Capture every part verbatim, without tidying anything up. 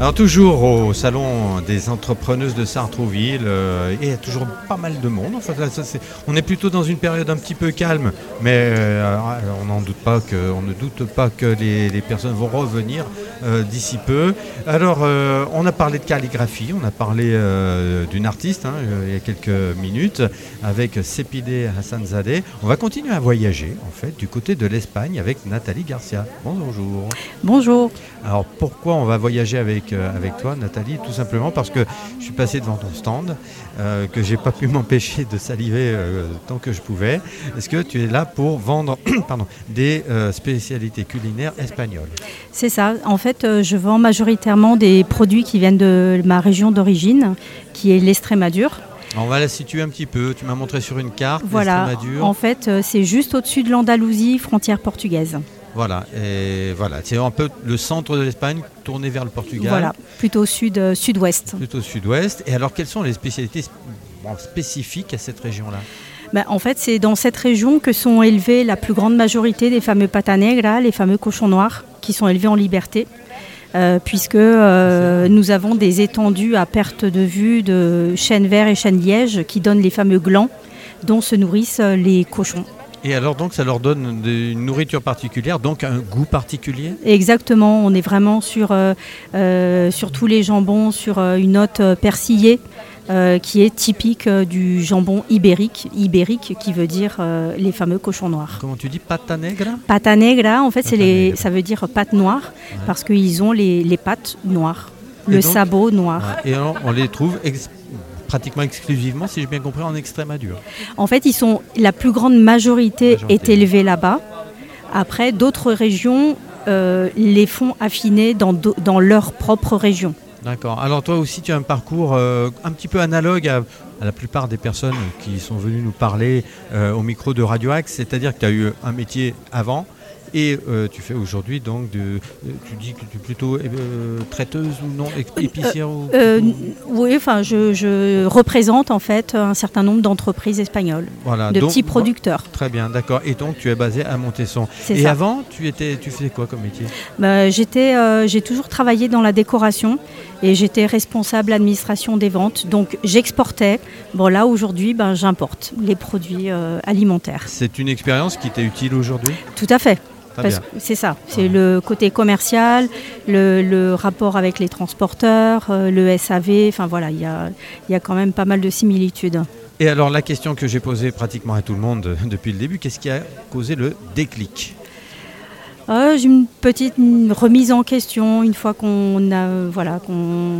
Alors toujours au salon des entrepreneuses de Sartrouville, euh, et il y a toujours pas mal de monde. Enfin, là, ça, c'est, on est plutôt dans une période un petit peu calme, mais euh, on n'en doute pas que, on ne doute pas que les, les personnes vont revenir euh, d'ici peu. Alors, euh, on a parlé de calligraphie, on a parlé euh, d'une artiste hein, il y a quelques minutes avec Sepideh Hassanzadeh. On va continuer à voyager en fait du côté de l'Espagne avec Nathalie Garcia. Bonjour. Bonjour. Alors pourquoi on va voyager avec, euh, avec toi Nathalie? Tout simplement parce que je suis passé devant ton stand, euh, que j'ai pas pu m'empêcher de saliver euh, tant que je pouvais. Est-ce que tu es là pour vendre pardon, des euh, spécialités culinaires espagnoles? C'est ça. En fait, euh, je vends majoritairement des produits qui viennent de ma région d'origine, qui est l'Estrémadure. On va la situer un petit peu. Tu m'as montré sur une carte voilà. l'Estrémadure. En fait, euh, c'est juste au-dessus de l'Andalousie, frontière portugaise. Voilà, et voilà, c'est un peu le centre de l'Espagne tourné vers le Portugal. Voilà, plutôt sud, euh, sud-ouest. Plutôt sud-ouest. Et alors, quelles sont les spécialités bon, spécifiques à cette région-là? Ben, en fait, c'est dans cette région que sont élevées la plus grande majorité des fameux pata negra, les fameux cochons noirs, qui sont élevés en liberté. Euh, puisque euh, nous avons des étendues à perte de vue de chênes verts et chênes lièges qui donnent les fameux glands dont se nourrissent les cochons. Et alors donc ça leur donne une nourriture particulière, donc un goût particulier? Exactement, on est vraiment sur, euh, euh, sur tous les jambons, sur euh, une note euh, persillée euh, qui est typique euh, du jambon ibérique, ibérique qui veut dire euh, les fameux cochons noirs. Comment tu dis, pata negra? Pata negra, en fait Pata c'est les, negra. ça veut dire pâte noire ouais. Parce qu'ils ont les, les pattes noires, et le donc, sabot noir. Ouais, et alors, on les trouve ex- pratiquement exclusivement, si j'ai bien compris, en Extrémadure. En fait, ils sont, la plus grande majorité, majorité. est élevée là-bas. Après, d'autres régions euh, les font affiner dans, dans leur propre région. D'accord. Alors toi aussi, tu as un parcours euh, un petit peu analogue à, à la plupart des personnes qui sont venues nous parler euh, au micro de Radio Axe, c'est-à-dire que tu as eu un métier avant. Et euh, tu fais aujourd'hui donc, de, euh, tu dis que tu es plutôt euh, traiteuse ou non, épicière ou, euh, ou... Oui, enfin, je, je représente en fait un certain nombre d'entreprises espagnoles, voilà, de donc, petits producteurs. Bon, très bien, d'accord. Et donc tu es basée à Montesson. C'est et ça. avant, tu étais, tu faisais quoi comme métier? bah, j'étais, euh, j'ai toujours travaillé dans la décoration et j'étais responsable administration des ventes. Donc j'exportais. Bon là aujourd'hui, ben, j'importe les produits euh, alimentaires. C'est une expérience qui t'est utile aujourd'hui? Tout à fait. Parce que c'est ça, c'est ouais. le côté commercial, le, le rapport avec les transporteurs, euh, le S A V, enfin voilà, il y a, y a quand même pas mal de similitudes. Et alors la question que j'ai posée pratiquement à tout le monde depuis le début, qu'est-ce qui a causé le déclic? euh, J'ai une petite remise en question une fois qu'on a, voilà, qu'on...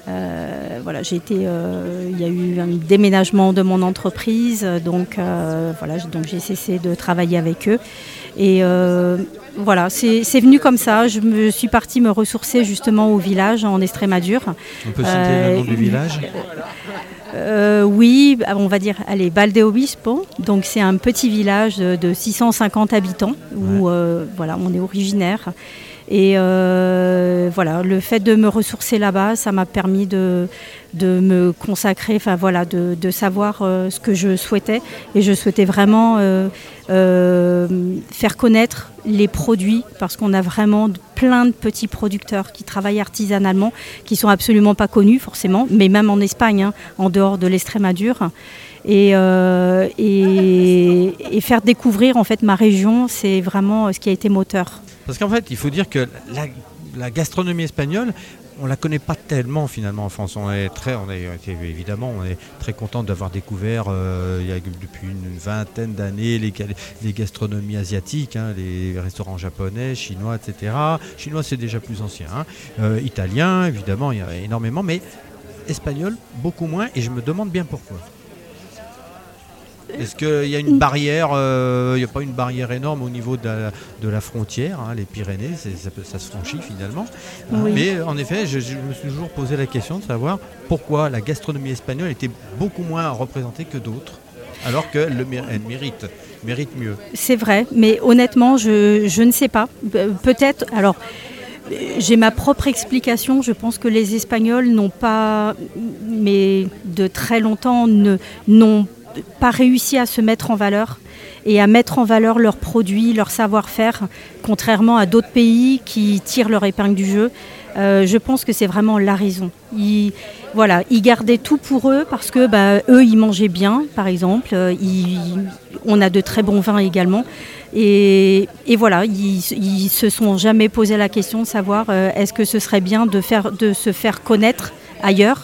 Euh, voilà, j'ai été, euh, il y a eu un déménagement de mon entreprise, donc euh, voilà, donc j'ai cessé de travailler avec eux. Et euh, voilà, c'est, c'est venu comme ça. Je me suis partie me ressourcer justement au village en Estrémadure. On peut citer euh, le nom du village? euh, Oui, on va dire, allez, Valdeobispo. Donc c'est un petit village de, de six cent cinquante habitants où ouais. euh, voilà, on est originaire. Et euh, voilà, le fait de me ressourcer là-bas, ça m'a permis de, de me consacrer, enfin voilà, de, de savoir euh, ce que je souhaitais. Et je souhaitais vraiment euh, euh, faire connaître les produits, parce qu'on a vraiment plein de petits producteurs qui travaillent artisanalement, qui sont absolument pas connus forcément, mais même en Espagne, hein, en dehors de l'Estrémadure. Et, euh, et, et faire découvrir en fait ma région, c'est vraiment ce qui a été moteur. Parce qu'en fait, il faut dire que la, la gastronomie espagnole, on la connaît pas tellement finalement en France. On est très, on est évidemment, on est très content d'avoir découvert euh, il y a depuis une vingtaine d'années les, les gastronomies asiatiques, hein, les restaurants japonais, chinois, et cetera. Chinois, c'est déjà plus ancien. Hein. Euh, italien, évidemment, il y a énormément, mais espagnol, beaucoup moins. Et je me demande bien pourquoi. Est-ce qu'il y a une barrière, euh, il n'y a pas une barrière énorme au niveau de la, de la frontière, hein, les Pyrénées, c'est, ça, ça se franchit finalement. Oui. Mais en effet, je, je me suis toujours posé la question de savoir pourquoi la gastronomie espagnole était beaucoup moins représentée que d'autres, alors qu'elle le mérite, mérite mieux. C'est vrai, mais honnêtement, je, je ne sais pas. Peut-être, alors... J'ai ma propre explication. Je pense que les Espagnols n'ont pas, mais de très longtemps, ne, n'ont pas réussi à se mettre en valeur et à mettre en valeur leurs produits, leur savoir-faire, contrairement à d'autres pays qui tirent leur épingle du jeu. Euh, je pense que c'est vraiment la raison. Ils, voilà, ils gardaient tout pour eux parce que bah, eux, ils mangeaient bien, par exemple. Ils, on a de très bons vins également. Et, et voilà, ils, ils se sont jamais posé la question de savoir euh, est-ce que ce serait bien de, faire, de se faire connaître ailleurs.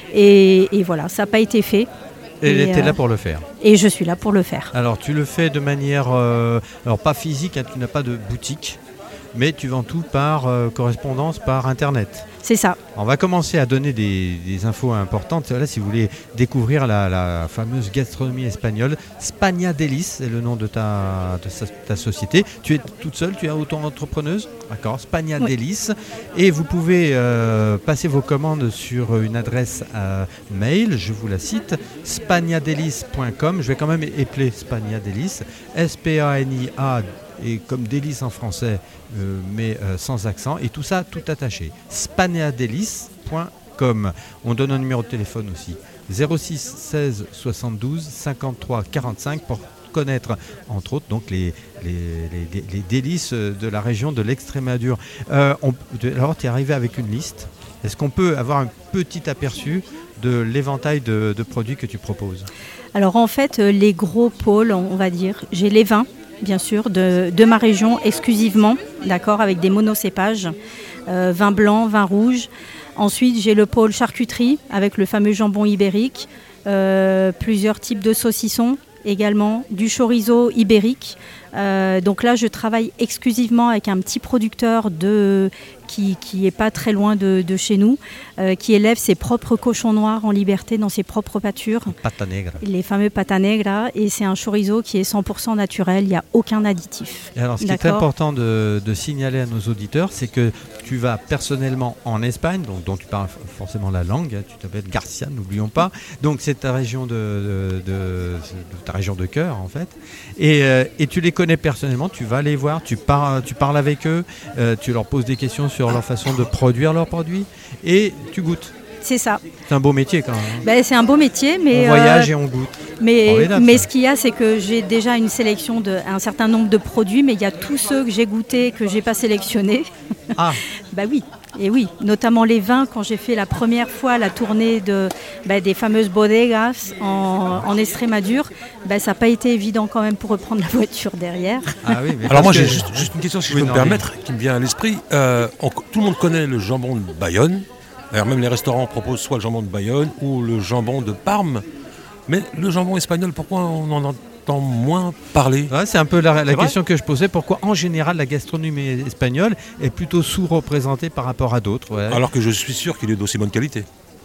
Et, et voilà, ça n'a pas été fait. Et tu es euh, là pour le faire. Et je suis là pour le faire. Alors tu le fais de manière, euh, alors pas physique, hein, tu n'as pas de boutique, mais tu vends tout par euh, correspondance, par Internet. C'est ça. On va commencer à donner des, des infos importantes. Là, si vous voulez découvrir la, la fameuse gastronomie espagnole, Spagna Delice, c'est le nom de ta, de sa, ta société. Tu es toute seule, tu es auto-entrepreneuse, d'accord, Spagna Oui. Delice. Et vous pouvez euh, passer vos commandes sur une adresse euh, mail, je vous la cite, spagnadelice point com. Je vais quand même épeler Spagna Delice, S P A N I A et comme délice en français, euh, mais euh, sans accent, et tout ça tout attaché. spagnadelice point com. On donne un numéro de téléphone aussi, zéro six seize soixante-douze cinquante-trois quarante-cinq, pour connaître entre autres donc les, les, les, les délices de la région de l'Extrémadure. Euh, on, alors tu es arrivé avec une liste. Est-ce qu'on peut avoir un petit aperçu de l'éventail de, de produits que tu proposes? Alors en fait, les gros pôles, on va dire, j'ai les vins, bien sûr, de, de ma région exclusivement, d'accord, avec des monocépages, euh, vin blanc, vin rouge. Ensuite, j'ai le pôle charcuterie avec le fameux jambon ibérique, euh, plusieurs types de saucissons également, du chorizo ibérique. Euh, donc là, je travaille exclusivement avec un petit producteur de, qui qui est pas très loin de, de chez nous, euh, qui élève ses propres cochons noirs en liberté dans ses propres pâtures. Pata negra. Les fameux pata negra, et c'est un chorizo qui est cent pour cent naturel, il n'y a aucun additif. Et alors, ce qui est D'accord. important de, de signaler à nos auditeurs, c'est que tu vas personnellement en Espagne, donc, dont tu parles forcément la langue, hein, tu t'appelles Garcia, n'oublions pas. Donc c'est ta région de, de, de, de ta région de cœur en fait, et, euh, et tu les connais personnellement, tu vas les voir, tu, par, tu parles avec eux, euh, tu leur poses des questions sur leur façon de produire leurs produits, et tu goûtes. C'est ça. C'est un beau métier quand même. hein. Ben, c'est un beau métier, mais, On voyage euh, et on goûte. mais, Formidable, mais ça. ce qu'il y a, c'est que j'ai déjà une sélection d'un certain nombre de produits, mais il y a tous ceux que j'ai goûtés, que j'ai pas sélectionnés. Ah, Bah oui, et oui, notamment les vins, quand j'ai fait la première fois la tournée de, bah, des fameuses bodegas en, en Extrémadure, bah, ça n'a pas été évident quand même pour reprendre la voiture derrière. ah oui, mais Alors moi parce j'ai que- juste, juste une question si Oui, je peux non, me permettre, qui me vient à l'esprit. Euh, on- tout le monde connaît le jambon de Bayonne. D'ailleurs même les restaurants proposent soit le jambon de Bayonne ou le jambon de Parme. Mais le jambon espagnol, pourquoi on en entend moins parler? Ouais, c'est un peu la, la C'est vrai question que je posais. Pourquoi, en général, la gastronomie espagnole est plutôt sous-représentée par rapport à d'autres ouais. Alors que je suis sûr qu'il est d'aussi bonne qualité.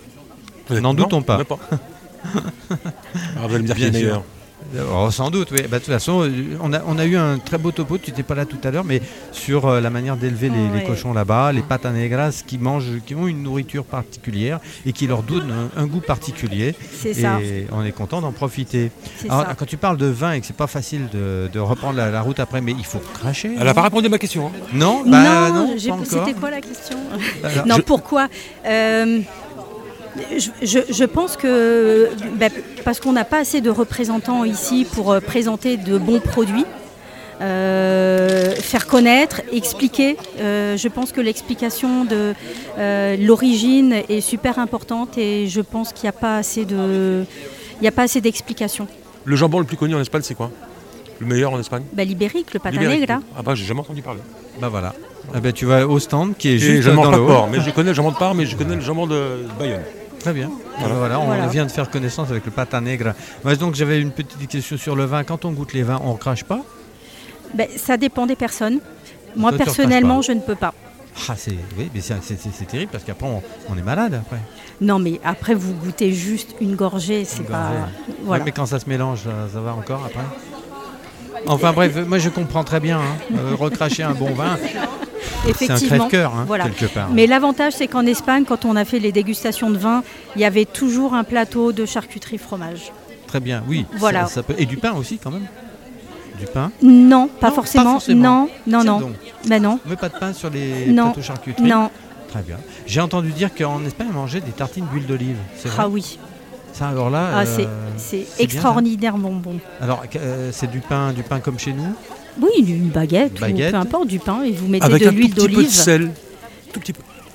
N'en Non, doutons pas. même pas. Alors vous allez me dire qu'il est Bien sûr. meilleur. Oh, sans doute, oui. Bah, de toute façon, euh, on a, on a eu un très beau topo, tu n'étais pas là tout à l'heure, mais sur euh, la manière d'élever les, Ouais. les cochons là-bas, les pata negras qui mangent, qui ont une nourriture particulière et qui leur donnent un, un goût particulier. C'est Et ça. on est content d'en profiter. C'est Alors, ça. quand tu parles de vin et que c'est pas facile de, de reprendre la, la route après, mais il faut cracher. Elle n'a non pas répondu à ma question. hein. Non, bah, non, non, j'ai- pas encore. c'était quoi la question? Alors, Non, je- pourquoi Euh, je, je- je pense que ben, parce qu'on n'a pas assez de représentants ici pour euh, présenter de bons produits, euh, faire connaître, expliquer. Euh, je pense que l'explication de euh, l'origine est super importante et je pense qu'il n'y a pas assez de, il n'y a pas assez d'explications. Le jambon le plus connu en Espagne, c'est quoi? Le meilleur en Espagne? Ben, l'ibérique, le pata L'ibérique. negra. Ah bah j'ai jamais entendu parler. Bah voilà. Ah ben, tu vas au stand qui est Et juste je ne mange dans pas le de hall. porc, mais je connais le jambon de Parme, mais je connais le jambon de Bayonne. Très bien. Voilà. Voilà, on Voilà. vient de faire connaissance avec le pata negra. Moi, donc j'avais une petite question sur le vin. Quand on goûte les vins, on ne crache pas? Ben, ça dépend des personnes. Moi, Toi, tu personnellement, recraches je ne peux pas. Ah, c'est oui, mais c'est, c'est- c'est- c'est terrible parce qu'après on, on est malade après. Non, mais après, vous goûtez juste une gorgée, c'est Une pas... gorgée. Voilà. Ouais, mais quand ça se mélange, ça, ça va encore après. Enfin bref, moi je comprends très bien. hein. Euh, recracher un bon vin, c'est un Effectivement. crève-cœur hein, Voilà. quelque part. Mais l'avantage, c'est qu'en Espagne, quand on a fait les dégustations de vin, il y avait toujours un plateau de charcuterie fromage. Très bien, oui. Voilà. Ça, ça peut... Et du pain aussi quand même. Du pain. Non, pas, Non, forcément. pas forcément. Non, non, Tiens non. donc. Ben non, On met pas de pain sur les Non. plateaux charcuterie. non. Très bien. J'ai entendu dire qu'en Espagne on mangeait des tartines d'huile d'olive. C'est vrai. Ah oui, Ça alors là. ah, euh, c'est- c'est bien, ça. extraordinairement bon. Alors euh, c'est du pain, du pain comme chez nous. Oui, une baguette, Une baguette. ou peu importe, du pain, et vous mettez Avec de un tout l'huile petit peu de d'olive. sel. Tout petit peu.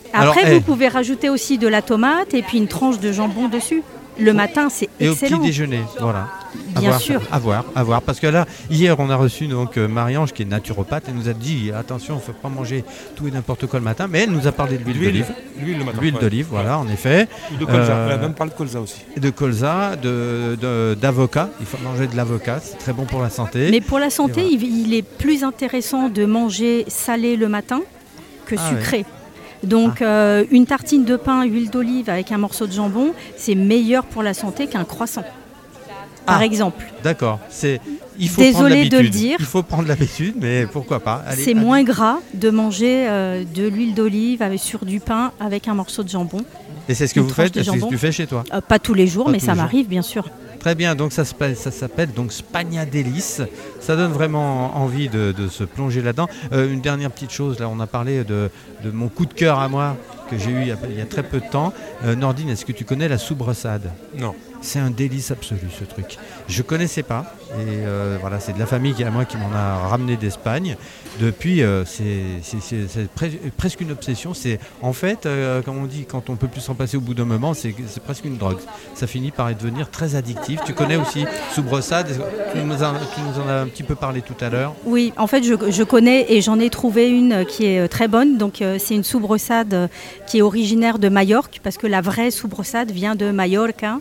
Après, Alors, vous eh, pouvez rajouter aussi de la tomate et puis une tranche de jambon dessus. Le matin, c'est et au excellent. petit déjeuner, voilà. À Bien voir, sûr. À voir, à voir. Parce que là, hier, on a reçu donc euh, Marie-Ange qui est naturopathe. Elle nous a dit attention, il ne faut pas manger tout et n'importe quoi le matin. Mais elle nous a parlé de l'huile d'olive. L'huile le matin. L'huile ouais. d'olive, voilà, en effet. Ou de colza. Euh, Elle a même parlé de colza aussi. De colza, de, de- d'avocat. Il faut manger de l'avocat, c'est très bon pour la santé. Mais pour la santé, Et il, il est plus intéressant de manger salé le matin que Ah sucré. Donc euh, une tartine de pain, huile d'olive avec un morceau de jambon, c'est meilleur pour la santé qu'un croissant. Par Ah. exemple. D'accord. C'est, il faut Désolée prendre de l'habitude. le dire. Il faut prendre l'habitude, mais pourquoi pas. Allez, C'est allez. moins gras de manger euh, de l'huile d'olive avec, sur du pain avec un morceau de jambon. Et c'est ce que une vous tranche faites, de c'est ce que jambon. tu fais chez toi. Euh, pas tous les jours, Pas mais tous ça les jours. m'arrive bien sûr. Très bien, donc ça, s'appelle- ça s'appelle donc Spagna Délice. Ça donne vraiment envie de, de se plonger là-dedans. Euh, une dernière petite chose, là, on a parlé de, de mon coup de cœur à moi que j'ai eu il y a, il y a très peu de temps. Euh, Nordine, est-ce que tu connais la soubreçade ? Non. C'est un délice absolu ce truc. Je connaissais pas et euh, voilà, c'est de la famille qui à moi qui m'en a ramené d'Espagne. Depuis, euh, c'est, c'est- c'est- c'est pre- presque une obsession. C'est en fait, euh, comme on dit, quand on peut plus s'en passer au bout d'un moment, c'est, c'est presque une drogue. Ça finit par devenir très addictif. Tu connais aussi Soubreçade. Tu nous, en, tu nous en as un petit peu parlé tout à l'heure. Oui, en fait, je, je connais et j'en ai trouvé une qui est euh, très bonne. Donc, euh, c'est une soubreçade euh, qui est originaire de Majorque, parce que la vraie soubreçade vient de Majorque.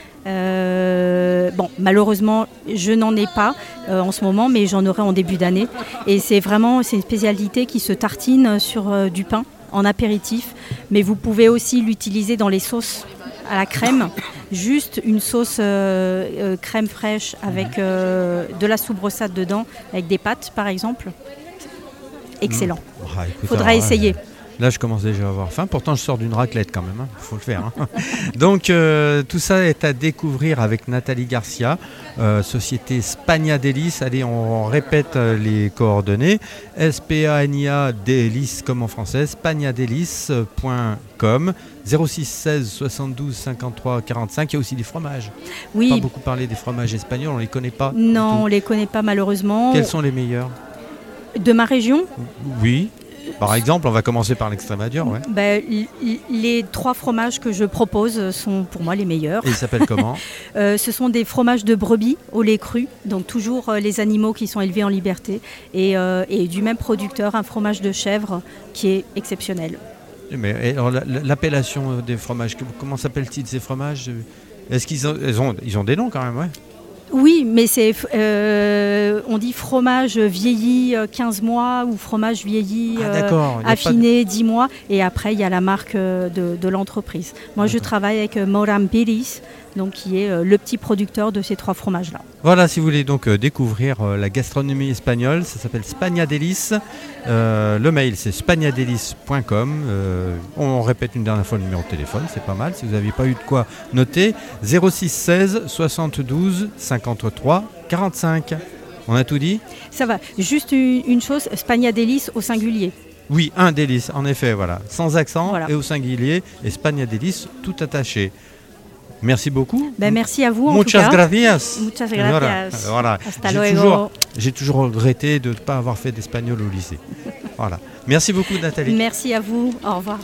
Euh, bon, malheureusement, je n'en ai pas euh, en ce moment, mais j'en aurai en début d'année. Et c'est vraiment, c'est une spécialité qui se tartine sur euh, du pain en apéritif, mais vous pouvez aussi l'utiliser dans les sauces à la crème. Juste une sauce euh, euh, crème fraîche avec euh, de la soubreçade dedans, avec des pâtes par exemple. Excellent. Ah, écoute, Faudra alors, essayer. euh, Là, je commence déjà à avoir faim. Pourtant, je sors d'une raclette quand même. Il faut le faire. Hein. Donc, euh, tout ça est à découvrir avec Nathalie Garcia, euh, société Spagna Délice. Allez, on, on répète euh, les coordonnées. S P A N I A Délice comme en français, spagnadélice point com. zéro six seize soixante-douze cinquante-trois quarante-cinq. Il y a aussi des fromages. On Oui, n'a pas beaucoup parlé des fromages espagnols. On ne les connaît pas. du non, on tout. ne les connaît pas malheureusement. Quels sont les meilleurs ? De ma région, Oui. Par exemple, on va commencer par l'Extrémadure. Ouais. ben, l- l- les trois fromages que je propose sont pour moi les meilleurs. Et ils s'appellent comment ? Euh, ce sont des fromages de brebis au lait cru, donc toujours euh, les animaux qui sont élevés en liberté, et, euh, et du même producteur, un fromage de chèvre qui est exceptionnel. Mais et alors, la- la- l'appellation des fromages, que- comment s'appelle-t-il ces fromages ? Est-ce qu'ils ont, ils ont, ils ont des noms quand même, ouais. Oui, mais c'est, euh, on dit fromage vieilli euh, quinze mois ou fromage vieilli Ah, euh, d'accord. il y a pas de- affiné dix mois, et après il y a la marque euh, de, de l'entreprise. Moi je D'accord. travaille avec euh, Morambiris, donc qui est euh, le petit producteur de ces trois fromages-là. Voilà, si vous voulez donc euh, découvrir euh, la gastronomie espagnole, ça s'appelle Spagna Délice. Euh, le mail c'est spagnadélice point com. Euh, on répète une dernière fois le numéro de téléphone, c'est pas mal. Si vous n'avez pas eu de quoi noter, zéro six seize soixante-douze cinquante-trois quarante-cinq. On a tout dit ? Ça va, juste une, une chose, Spagna Délice au singulier. Oui, un délice, en effet, voilà. Sans accent Voilà. et au singulier. Et Spagna Délice, tout attaché. Merci beaucoup. Ben, merci à vous en tout Muchas cas. gracias. Muchas Voilà, gracias. voilà. Hasta J'ai luego. toujours, j'ai toujours regretté de ne pas avoir fait d'espagnol au lycée. Voilà. Merci beaucoup Nathalie. Merci à vous, au revoir.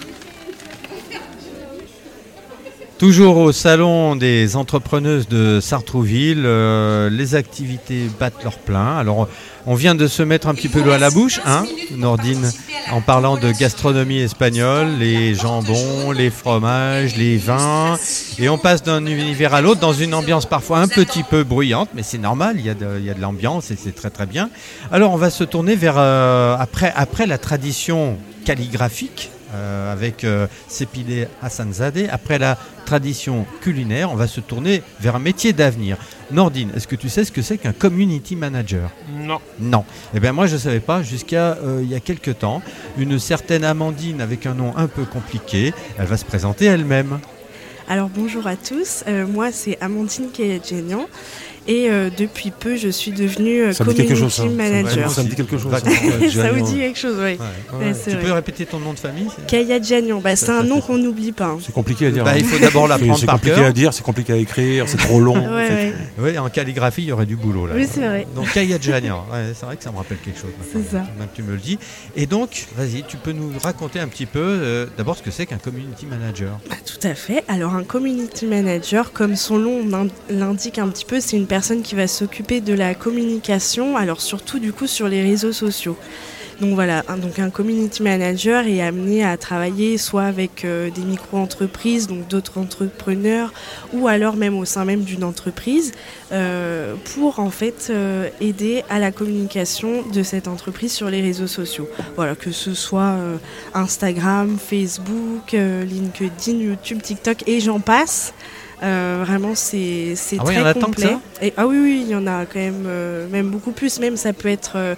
Toujours au salon des entrepreneuses de Sartrouville, euh, les activités battent leur plein. Alors on vient de se mettre un petit peu l'eau à la bouche, hein, Nordine, en parlant de gastronomie espagnole, les jambons, les fromages, les vins, et on passe d'un univers à l'autre dans une ambiance parfois un petit peu bruyante, mais c'est normal, il y a de, il y a de l'ambiance et c'est très très bien. Alors on va se tourner vers euh, après après la tradition calligraphique. Euh, avec euh, Sepideh Hassanzadeh. Après la tradition culinaire, on va se tourner vers un métier d'avenir. Nordine, est-ce que tu sais ce que c'est qu'un community manager ? Non. Non. Eh bien moi je ne savais pas jusqu'à euh, il y a quelques temps. Une certaine Amandine avec un nom un peu compliqué, elle va se présenter elle-même. Alors bonjour à tous, Euh, moi c'est Amandine Kejedjenian Et euh, depuis peu, je suis devenue euh, Ça me dit quelque community chose, ça. manager. Ça me dit quelque chose. Ça Ça vous dit quelque chose, oui. Ouais. Ouais, Ouais. c'est Tu vrai. peux répéter ton nom de famille c'est- Kaya Djanian, bah, c'est Ça, un ça nom fait- qu'on n'oublie pas. hein. C'est compliqué à dire. Bah, hein. il faut d'abord C'est l'apprendre c'est par compliqué cœur. à dire, c'est compliqué à écrire, c'est trop long. Ouais, en fait. ouais. Oui, en calligraphie, il y aurait du boulot là. Oui, c'est vrai. Donc Kaya Djanian, ouais, c'est vrai que ça me rappelle quelque chose. C'est ça. Maintenant que tu me le dis. Et donc, vas-y, tu peux nous raconter un petit peu euh, d'abord ce que c'est qu'un community manager. Bah, tout à fait. Alors un community manager, comme son nom l'indique un petit peu, c'est une personne qui va s'occuper de la communication, alors surtout du coup sur les réseaux sociaux. Donc voilà, un, donc un community manager est amené à travailler soit avec euh, des micro-entreprises, donc d'autres entrepreneurs, ou alors même au sein même d'une entreprise, euh, pour en fait euh, aider à la communication de cette entreprise sur les réseaux sociaux. Voilà, que ce soit euh, Instagram, Facebook, euh, LinkedIn, YouTube, TikTok et j'en passe. Euh, vraiment, c'est c'est Ah ouais, très il y en a tant que complet. ça Et, ah oui, oui, il y en a quand même, euh, même beaucoup plus. Même ça peut être euh,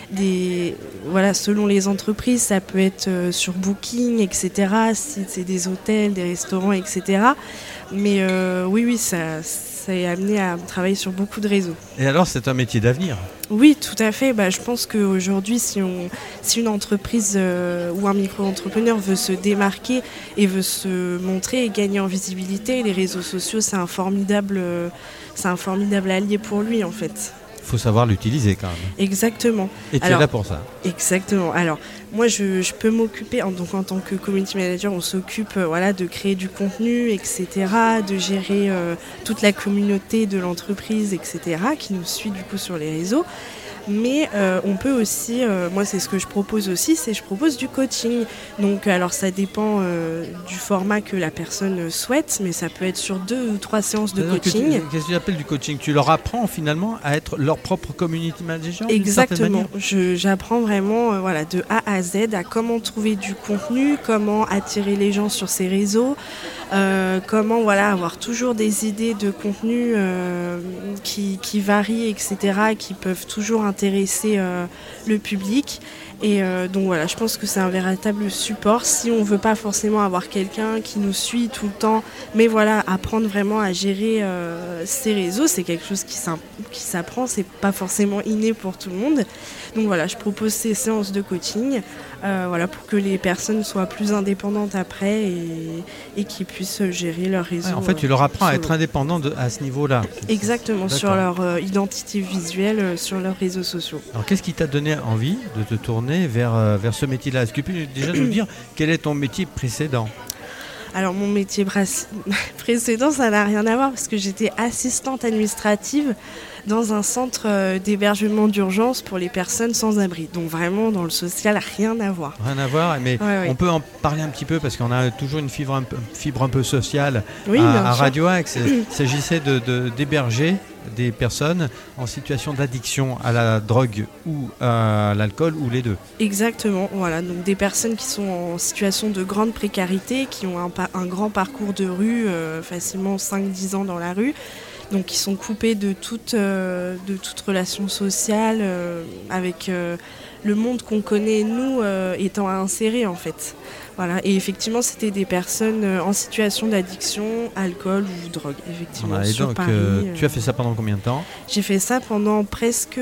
des, voilà, selon les entreprises, ça peut être euh, sur Booking, et cetera. Si c'est des hôtels, des restaurants, et cetera. Mais euh, oui, oui, ça, ça est amené à travailler sur beaucoup de réseaux. Et alors, c'est un métier d'avenir. Oui, tout à fait. Bah, je pense qu'aujourd'hui, si, on, si une entreprise euh, ou un micro-entrepreneur veut se démarquer et veut se montrer et gagner en visibilité, les réseaux sociaux, c'est un formidable, euh, c'est un formidable allié pour lui, en fait. Il faut savoir l'utiliser quand même. Exactement. Et tu Alors, es là pour ça. Exactement. Alors, moi, je, je peux m'occuper, en, donc en tant que community manager, on s'occupe euh, voilà, de créer du contenu, et cetera, de gérer euh, toute la communauté de l'entreprise, et cetera, qui nous suit du coup sur les réseaux. Mais euh, on peut aussi, euh, moi c'est ce que je propose aussi, c'est je propose du coaching. Donc alors ça dépend euh, du format que la personne souhaite, mais ça peut être sur deux ou trois séances de C'est-à-dire que tu- coaching. Qu'est-ce que tu appelles du coaching? Tu leur apprends finalement à être leur propre community manager d'une certaine Exactement. manière. Je, j'apprends vraiment euh, voilà, de A à Z à comment trouver du contenu, comment attirer les gens sur ces réseaux, euh, comment voilà, avoir toujours des idées de contenu euh, qui, qui varient, et cetera, qui peuvent toujours intéresser euh, le public. Et euh, donc voilà, je pense que c'est un véritable support si on ne veut pas forcément avoir quelqu'un qui nous suit tout le temps, mais voilà, apprendre vraiment à gérer euh, ces réseaux, c'est quelque chose qui, qui s'apprend, c'est pas forcément inné pour tout le monde. Donc voilà, je propose ces séances de coaching euh, voilà, pour que les personnes soient plus indépendantes après et, et qu'ils puissent gérer leur réseau. Ouais, en fait, tu leur apprends à solo. être indépendant de- à ce niveau-là. C'est- Exactement, D'accord. sur leur euh, identité visuelle, euh, sur leurs réseaux sociaux. Alors, qu'est-ce qui t'a donné envie de te tourner vers, euh, vers ce métier-là? Est-ce que tu peux déjà nous dire quel est ton métier précédent? Alors mon métier bras- précédent, ça n'a rien à voir parce que j'étais assistante administrative dans un centre euh, d'hébergement d'urgence pour les personnes sans abri. Donc vraiment dans le social, rien à voir. Rien à voir, mais Ouais, ouais. on peut en parler un petit peu parce qu'on a toujours une fibre un peu, fibre un peu sociale Oui, à, bien à sûr. Radio Axe. Il s'agissait de, de- d'héberger des personnes en situation d'addiction à la drogue ou à l'alcool ou les deux. Exactement, voilà. Donc des personnes qui sont en situation de grande précarité, qui ont un, pa- un grand parcours de rue, euh, facilement cinq dix ans dans la rue, donc qui sont coupées de toute, euh, de toute relation sociale euh, avec euh, le monde qu'on connaît, nous, euh, étant insérés en fait. Voilà. Et effectivement, c'était des personnes euh, en situation d'addiction, alcool ou drogue, effectivement, Voilà, et sur donc, Paris. euh, euh. tu as fait ça pendant combien de temps? J'ai fait ça pendant presque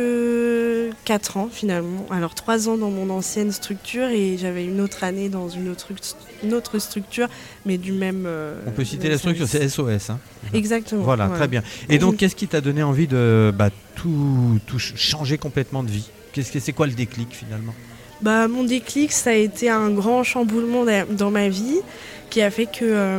quatre ans finalement. Alors trois ans dans mon ancienne structure et j'avais une autre année dans une autre, une autre structure, mais du même. euh, On peut citer même la structure, service. c'est S O S. Hein. Exactement. Voilà, très bien. Et donc, qu'est-ce qui t'a donné envie de bah, tout, tout ch- changer complètement de vie? Qu'est-ce que c'est quoi le déclic finalement? Bah, mon déclic, ça a été un grand chamboulement da- dans ma vie qui a fait que euh,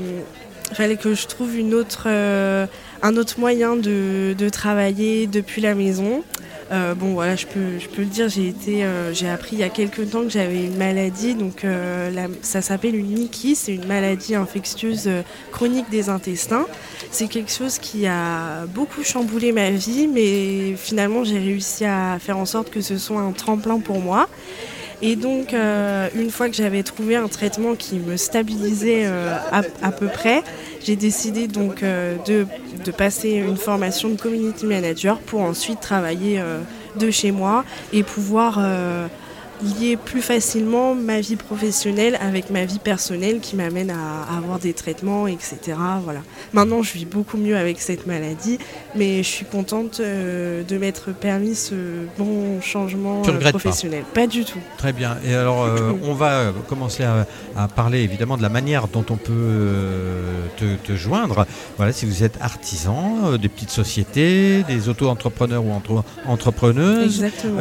fallait que je trouve une autre, euh, un autre moyen de, de travailler depuis la maison. Euh, bon voilà, je peux, je peux le dire, j'ai été, euh, j'ai appris il y a quelques temps que j'avais une maladie, donc euh, la- ça s'appelle une N I C I, c'est une maladie infectieuse euh, chronique des intestins. C'est quelque chose qui a beaucoup chamboulé ma vie, mais finalement j'ai réussi à faire en sorte que ce soit un tremplin pour moi. Et donc, euh, une fois que j'avais trouvé un traitement qui me stabilisait euh, à, à peu près, j'ai décidé donc euh, de, de passer une formation de community manager pour ensuite travailler euh, de chez moi et pouvoir euh, lier plus facilement ma vie professionnelle avec ma vie personnelle qui m'amène à, à avoir des traitements, et cetera. Voilà. Maintenant, je vis beaucoup mieux avec cette maladie, mais je suis contente euh, de m'être permis ce bon changement euh, professionnel. Pas. pas du tout. Très bien. Et alors, euh, on va commencer à, à parler évidemment de la manière dont on peut euh, te, te joindre. Voilà, si vous êtes artisan, euh, des petites sociétés, des auto-entrepreneurs ou entre, entrepreneuses,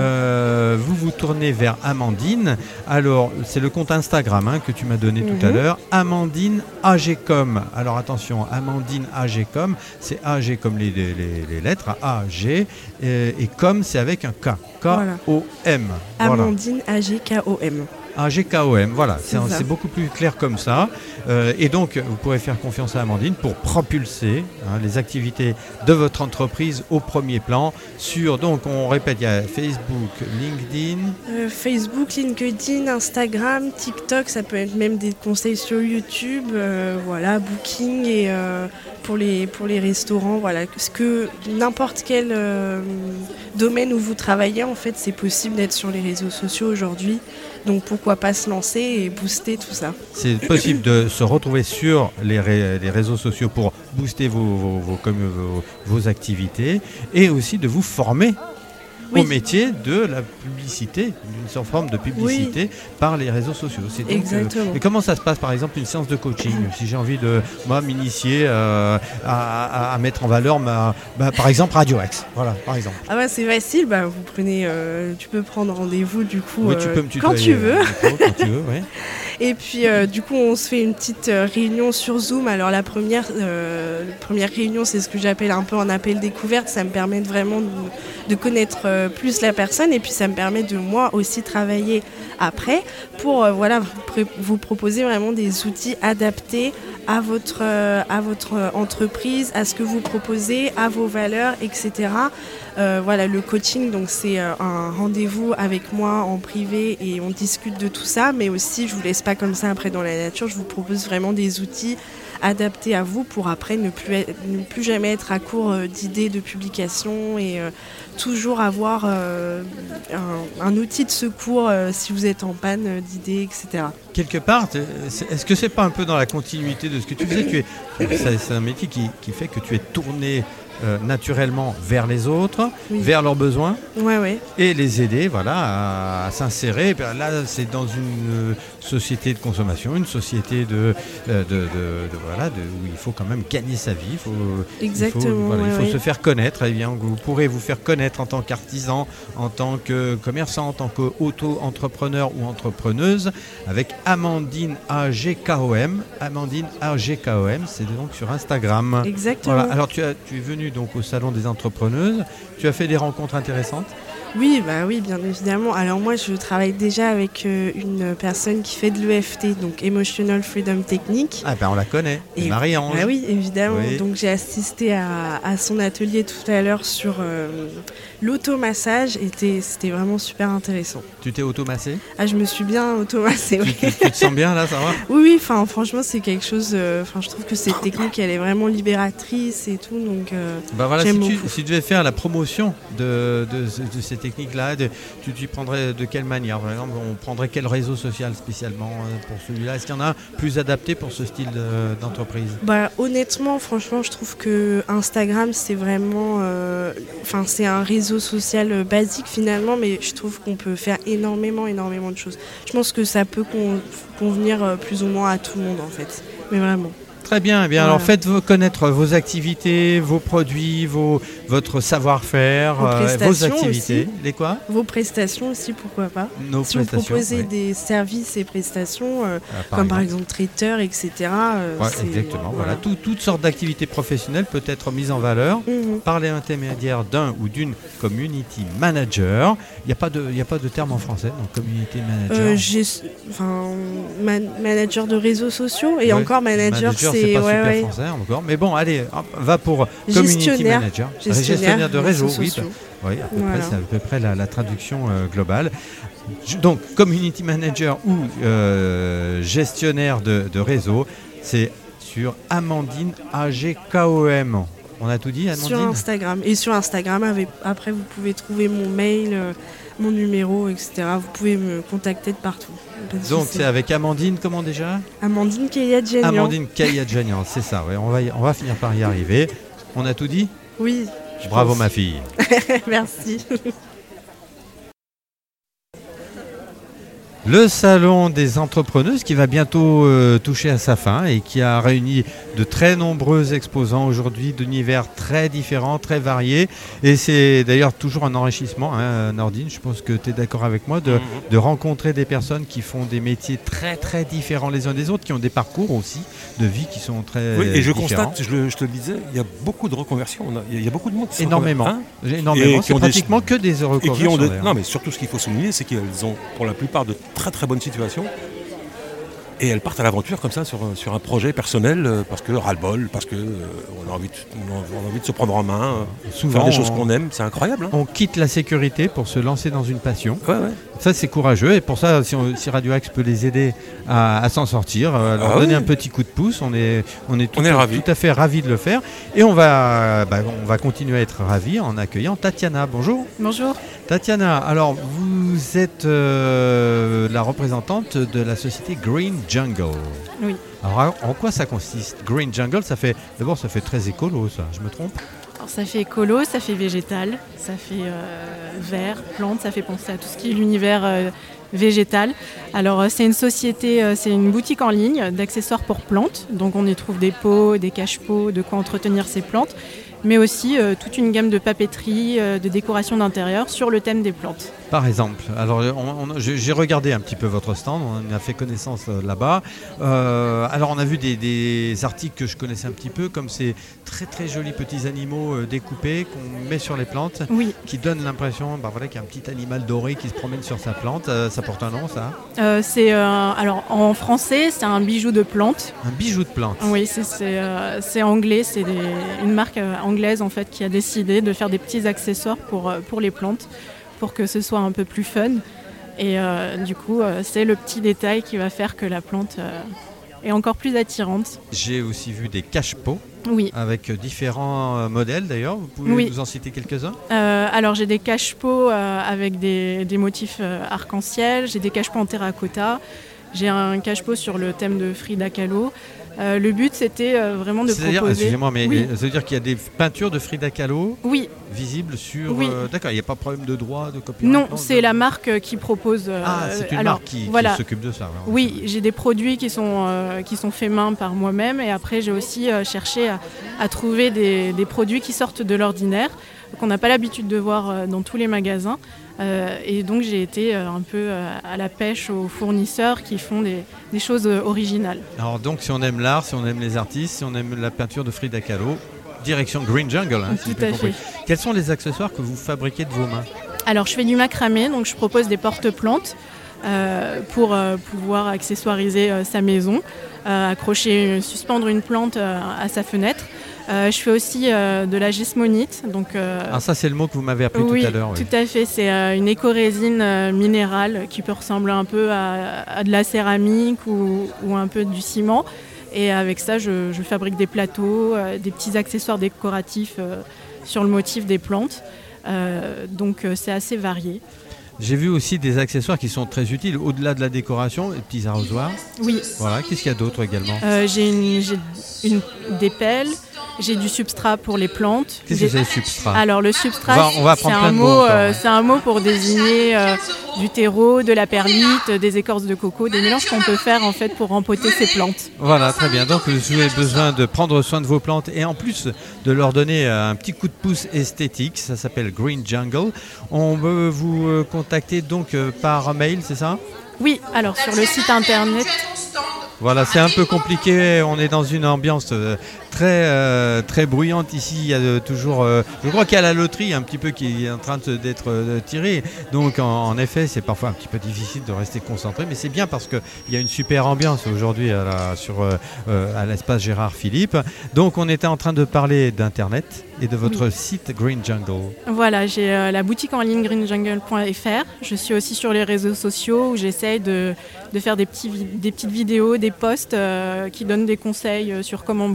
euh, vous vous tournez vers Amandine. Alors, c'est le compte Instagram hein, que tu m'as donné mm-hmm. tout à l'heure, Amandine A G Com. Alors attention, Amandine A G Com, c'est A G comme les, les, les lettres, A G, et, et Com, c'est avec un K, K O M. Voilà. Amandine A G K O M. A G K O M, voilà, c'est, c'est, c'est beaucoup plus clair comme ça. Euh, et donc, vous pourrez faire confiance à Amandine pour propulser hein, les activités de votre entreprise au premier plan. Sur, donc, on répète, il y a Facebook, LinkedIn. Euh, Facebook, LinkedIn, Instagram, TikTok, ça peut être même des conseils sur YouTube, euh, voilà, Booking et euh, pour les pour les restaurants, voilà, parce que n'importe quel euh, domaine où vous travaillez, en fait, c'est possible d'être sur les réseaux sociaux aujourd'hui. Donc pourquoi pas se lancer et booster tout ça. C'est possible de se retrouver sur les, ré- les réseaux sociaux pour booster vos, vos, vos, vos, vos activités et aussi de vous former oui. au métier de la publicité, d'une forme de publicité oui. par les réseaux sociaux. C'est donc, Exactement. Euh, et comment ça se passe par exemple une séance de coaching si j'ai envie de moi m'initier euh, à, à, à mettre en valeur ma, bah, par exemple Radio X. Voilà, par exemple. Ah bah c'est facile, bah, vous prenez, euh, tu peux prendre rendez-vous du coup oui, tu peux me euh, quand tu veux. Quand tu veux, oui. Et puis euh, du coup on se fait une petite euh, réunion sur Zoom. Alors la première, euh, la première réunion c'est ce que j'appelle un peu un appel découverte. Ça me permet de vraiment de, de connaître euh, plus la personne et puis ça me permet de moi aussi travailler après pour euh, voilà, vous, pré- vous proposer vraiment des outils adaptés à votre, euh, à votre entreprise, à ce que vous proposez, à vos valeurs, et cetera. Euh, voilà, le coaching, donc c'est euh, un rendez-vous avec moi en privé et on discute de tout ça, mais aussi je vous laisse pas comme ça après dans la nature, je vous propose vraiment des outils adaptés à vous pour après ne plus, être, ne plus jamais être à court d'idées de publication et euh, toujours avoir euh, un, un outil de secours euh, si vous êtes en panne d'idées, et cetera. Quelque part, est-ce que c'est pas un peu dans la continuité de ce que tu faisais tu es, c'est, c'est un métier qui, qui fait que tu es tourné Euh, naturellement vers les autres, oui. vers leurs besoins, ouais, ouais. et les aider voilà, à, à s'insérer. Et là, c'est dans une euh, société de consommation, une société de, euh, de, de, de, voilà, de, où il faut quand même gagner sa vie. Il faut, Exactement. Il faut, voilà, ouais, il faut ouais. se faire connaître. Eh bien, vous pourrez vous faire connaître en tant qu'artisan, en tant que commerçant, en tant qu'auto-entrepreneur ou entrepreneuse avec Amandine A G K O M. Amandine A G K O M, c'est donc sur Instagram. Exactement. Voilà. Alors, tu, as, tu es venu donc au salon des entrepreneuses. Tu as fait des rencontres intéressantes ? Oui, bah oui, bien évidemment. Alors moi, je travaille déjà avec euh, une personne qui fait de l'E F T, donc Emotional Freedom Technique. Ah ben on la connaît, et Marie-Ange. Bah oui, évidemment. Oui. Donc j'ai assisté à, à son atelier tout à l'heure sur euh, l'automassage. Et c'était, c'était vraiment super intéressant. Tu t'es automassée ? Ah, je me suis bien automassée, oui. Tu, tu, tu te sens bien là, ça va ? Oui, oui. Enfin, franchement, c'est quelque chose. Enfin, euh, je trouve que cette technique, elle est vraiment libératrice et tout. Donc, euh, bah voilà, j'aime si tu, beaucoup. si tu devais faire la promotion de, de, de ces techniques-là, de, tu t'y prendrais de quelle manière ? Par exemple, on prendrait quel réseau social spécialement pour celui-là ? Est-ce qu'il y en a un plus adapté pour ce style de, d'entreprise ? Bah, honnêtement, franchement, je trouve que Instagram, c'est vraiment, enfin, euh, c'est un réseau social basique finalement, mais je trouve qu'on peut faire énormément, énormément de choses. Je pense que ça peut con- convenir plus ou moins à tout le monde en fait, mais vraiment. Très bien, eh bien voilà. Alors faites connaître vos activités, vos produits, vos, votre savoir-faire, vos, euh, vos activités. Aussi. Les quoi ? Vos prestations aussi, pourquoi pas. Nos si prestations, vous proposez oui. des services et prestations, euh, ah, par comme exemple. par exemple traiteur, et cetera. Euh, ouais, exactement, voilà. voilà. Tout, toutes sortes d'activités professionnelles peuvent être mises en valeur mm-hmm. par l'intermédiaire d'un ou d'une community manager. Il n'y a pas de, il n'y a pas de terme en français, donc community manager. Euh, j'ai, enfin, man- manager de réseaux sociaux et ouais. encore manager, manager c'est, c'est pas ouais, super ouais. français encore, mais bon, allez, hop, va pour community gestionnaire, manager, gestionnaire, gestionnaire de réseau, oui, sociaux. bah, oui, à peu voilà. près, c'est à peu près la, la traduction euh, globale. Donc, community manager ou euh, gestionnaire de, de réseau, c'est sur Amandine A G K O M. On a tout dit, Amandine ? Sur Instagram. Et sur Instagram, avec, après, vous pouvez trouver mon mail, euh, mon numéro, et cetera. Vous pouvez me contacter de partout. Donc c'est avec Amandine, comment déjà ? Amandine Kayadjanian. Amandine Kayadjanian, c'est ça, ouais. on, va y, on va finir par y arriver. On a tout dit ? Oui. Bravo pense. ma fille. Merci. Le salon des entrepreneuses qui va bientôt euh, toucher à sa fin et qui a réuni de très nombreux exposants aujourd'hui d'univers très différents, très variés. Et c'est d'ailleurs toujours un enrichissement, hein, Nordine, je pense que tu es d'accord avec moi, de, mm-hmm. de rencontrer des personnes qui font des métiers très très différents les uns des autres, qui ont des parcours aussi de vie qui sont très oui, et je différents. constate, je, le, je te le disais, il y a beaucoup de reconversions. On a, il y a beaucoup de monde qui Énormément. Hein Énormément. C'est pratiquement des, que des reconversions. Et qui ont de, non, mais surtout ce qu'il faut souligner, c'est qu'elles ont pour la plupart de très très bonne situation et elles partent à l'aventure comme ça sur, sur un projet personnel euh, parce que ras-le-bol, parce qu'on euh, a, envie de, on a envie de se prendre en main, euh, Souvent, faire des choses qu'on aime, c'est incroyable. Hein. On quitte la sécurité pour se lancer dans une passion. Ouais, ouais. Ça c'est courageux et pour ça si, on, si Radio Axe peut les aider à, à s'en sortir, à leur ah, donner oui. un petit coup de pouce, on est, on est, tout, on est à, ravis. tout à fait ravis de le faire et on va, bah, on va continuer à être ravis en accueillant Tatiana. Bonjour. Bonjour. Tatiana, alors vous êtes euh, la représentante de la société Green Jungle. Oui. Alors en quoi ça consiste ? Green Jungle, ça fait d'abord ça fait très écolo, ça. Je me trompe ? Alors, ça fait écolo, ça fait végétal, ça fait euh, vert, plante, ça fait penser à tout ce qui est l'univers euh, végétal. Alors euh, c'est une société, euh, c'est une boutique en ligne d'accessoires pour plantes. Donc on y trouve des pots, des cache-pots, de quoi entretenir ces plantes, mais aussi euh, toute une gamme de papeterie, euh, de décoration d'intérieur sur le thème des plantes. Par exemple, alors on, on, j'ai regardé un petit peu votre stand, on a fait connaissance euh, là-bas. Euh, alors on a vu des, des articles que je connaissais un petit peu, comme ces très très jolis petits animaux euh, découpés qu'on met sur les plantes, oui. qui donnent l'impression bah, voilà, qu'il y a un petit animal doré qui se promène sur sa plante. Euh, ça porte un nom, ça euh, c'est, euh, alors en français, c'est un bijou de plante. Un bijou de plante. Oui, c'est, c'est, euh, c'est anglais, c'est des, une marque euh, anglaise en fait qui a décidé de faire des petits accessoires pour, euh, pour les plantes, pour que ce soit un peu plus fun. Et euh, du coup, euh, c'est le petit détail qui va faire que la plante euh, est encore plus attirante. J'ai aussi vu des cache-pots. Oui. Avec différents euh, modèles d'ailleurs. Vous pouvez oui. nous en citer quelques-uns ? euh, Alors j'ai des cache-pots euh, avec des, des motifs euh, arc-en-ciel, j'ai des cache-pots en terracotta, j'ai un cache-pot sur le thème de Frida Kahlo. Euh, le but, c'était euh, vraiment de C'est-à-dire, proposer... excusez-moi, mais oui. ça veut dire qu'il y a des peintures de Frida Kahlo oui. visibles sur... Oui. Euh, d'accord, il n'y a pas de problème de droit, de copyright ? Non, c'est de... la marque qui propose... Euh, ah, c'est une alors, marque qui, voilà. qui s'occupe de ça. Ouais, oui, j'ai des produits qui sont, euh, qui sont faits main par moi-même et après, j'ai aussi euh, cherché à, à trouver des, des produits qui sortent de l'ordinaire, qu'on n'a pas l'habitude de voir euh, dans tous les magasins. Euh, et donc j'ai été euh, un peu euh, à la pêche aux fournisseurs qui font des, des choses euh, originales. Alors donc si on aime l'art, si on aime les artistes, si on aime la peinture de Frida Kahlo, direction Green Jungle, hein, si Tout à fait. Quels sont les accessoires que vous fabriquez de vos mains ? Alors je fais du macramé, donc je propose des porte-plantes euh, pour euh, pouvoir accessoiriser euh, sa maison, euh, accrocher, suspendre une plante euh, à sa fenêtre. Euh, je fais aussi euh, de la gismonite. Donc, euh, ah ça c'est le mot que vous m'avez appelé oui, tout à l'heure. Oui, tout à fait. C'est euh, une écorésine euh, minérale qui peut ressembler un peu à, à de la céramique ou, ou un peu du ciment. Et avec ça, je, je fabrique des plateaux, euh, des petits accessoires décoratifs euh, sur le motif des plantes. Euh, donc euh, c'est assez varié. J'ai vu aussi des accessoires qui sont très utiles, au-delà de la décoration, les petits arrosoirs. Oui. Voilà. Qu'est-ce qu'il y a d'autre également ? euh, J'ai, une, j'ai une, des pelles, j'ai du substrat pour les plantes. Qu'est-ce j'ai... que c'est le substrat ? Alors le substrat, on va, on va c'est, un de mot, encore, euh, ouais. c'est un mot pour désigner euh, du terreau, de la perlite, des écorces de coco, des mélanges qu'on peut faire en fait pour rempoter ces plantes. Voilà, très bien. Donc vous avez besoin de prendre soin de vos plantes et en plus de leur donner un petit coup de pouce esthétique. Ça s'appelle Green Jungle. On peut vous contacter donc par mail, c'est ça ? Oui, alors sur le site internet. Voilà, c'est un peu compliqué. On est dans une ambiance euh, très euh, très bruyante ici. Il y a euh, toujours, euh, je crois qu'il y a la loterie un petit peu qui est en train de, d'être euh, tirée. Donc en, en effet, c'est parfois un petit peu difficile de rester concentré, mais c'est bien parce que il y a une super ambiance aujourd'hui à la, sur euh, euh, à l'espace Gérard Philippe. Donc on était en train de parler d'internet et de votre oui. site Green Jungle. Voilà, j'ai euh, la boutique en ligne green jungle point f r. Je suis aussi sur les réseaux sociaux où j'essaye de, de faire des, petits, des petites vidéos, des posts euh, qui donnent des conseils sur comment bouturer ses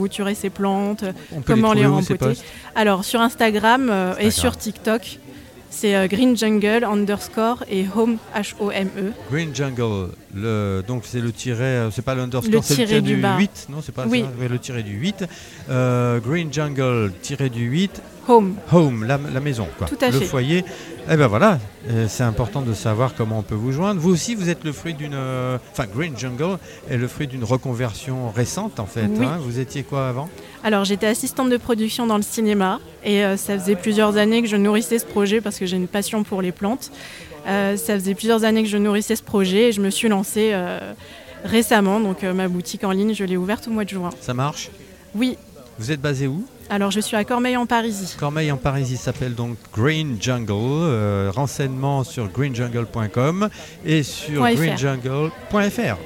les plantes, On peut comment les les, trouver où, ces rempoter. posts ? Alors sur Instagram, euh, Instagram. et sur TikTok, c'est euh, Green Jungle underscore et Home H O M E. Green Jungle, le, donc c'est le tiret, euh, c'est pas l'underscore, Le c'est le tiret tiret du du bas. huit, non c'est pas Oui. ça, ouais, le tiret du huit. Euh, Green Jungle, tiret du huit, Home. home, la, la maison, quoi. Tout à le fait. foyer. Eh ben voilà, euh, c'est important de savoir comment on peut vous joindre. Vous aussi, vous êtes le fruit d'une, euh, enfin Green Jungle est le fruit d'une reconversion récente en fait. Oui. Hein. Vous étiez quoi avant ? Alors j'étais assistante de production dans le cinéma et euh, ça faisait plusieurs années que je nourrissais ce projet parce que j'ai une passion pour les plantes. Euh, ça faisait plusieurs années que je nourrissais ce projet et je me suis lancée euh, récemment. Donc euh, ma boutique en ligne, je l'ai ouverte au mois de juin. Ça marche ? Oui, Vous êtes basé où ? alors je suis à Cormeilles en Parisis. Cormeilles en Parisis s'appelle donc Green Jungle. Euh, renseignements sur green jungle point com et sur Point green fr. jungle point f r.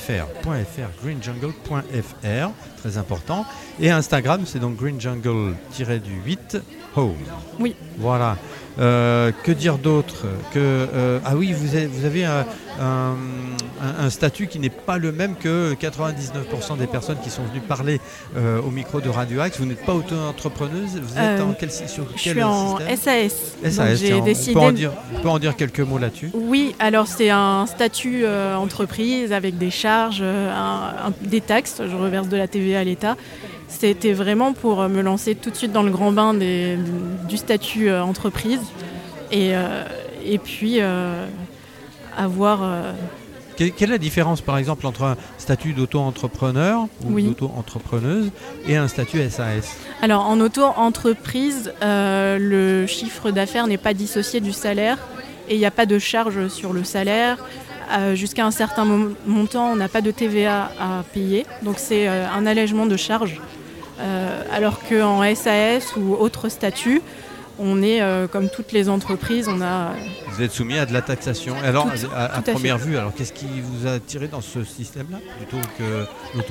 .fr, green jungle point f r, très important. Et Instagram, c'est donc green jungle huit home. Oui. Voilà. Euh, que dire d'autre que, euh, Ah oui, vous avez, vous avez un, un, un- un statut qui n'est pas le même que quatre-vingt-dix-neuf pour cent des personnes qui sont venues parler euh, au micro de Radio Axe. Vous n'êtes pas auto-entrepreneuse. Vous êtes Euh, en quel, sur Je quel suis en système S A S. S A Donc, S, j'ai tiens, on, décidé peut en de- dire, on peut en dire quelques mots là-dessus. Oui, alors c'est un statut euh, entreprise avec des charges, euh, un- un- des taxes. Je reverse de la T V A à l'État. C'était vraiment pour euh, me lancer tout de suite dans le grand bain des- du statut euh, entreprise et, euh, et puis euh, avoir... euh, Que- Quelle est la différence, par exemple, entre un statut d'auto-entrepreneur ou Oui. d'auto-entrepreneuse et un statut S A S ? Alors en auto-entreprise, euh, le chiffre d'affaires n'est pas dissocié du salaire et il n'y a pas de charge sur le salaire. Euh, jusqu'à un certain mon- montant, on n'a pas de T V A à payer. Donc c'est euh, un allègement de charges. Euh, alors qu'en S A S ou autre statut, on est euh, comme toutes les entreprises, on a... Vous êtes soumis à de la taxation. Alors, Tout- à, à tout à première vue, alors qu'est-ce qui vous a attiré dans ce système-là plutôt que l'auto-entreprise ?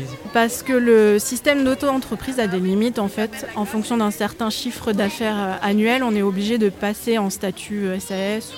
Parce que le système d'auto-entreprise a des limites en fait. En fonction d'un certain chiffre d'affaires euh, annuel, on est obligé de passer en statut euh, S A S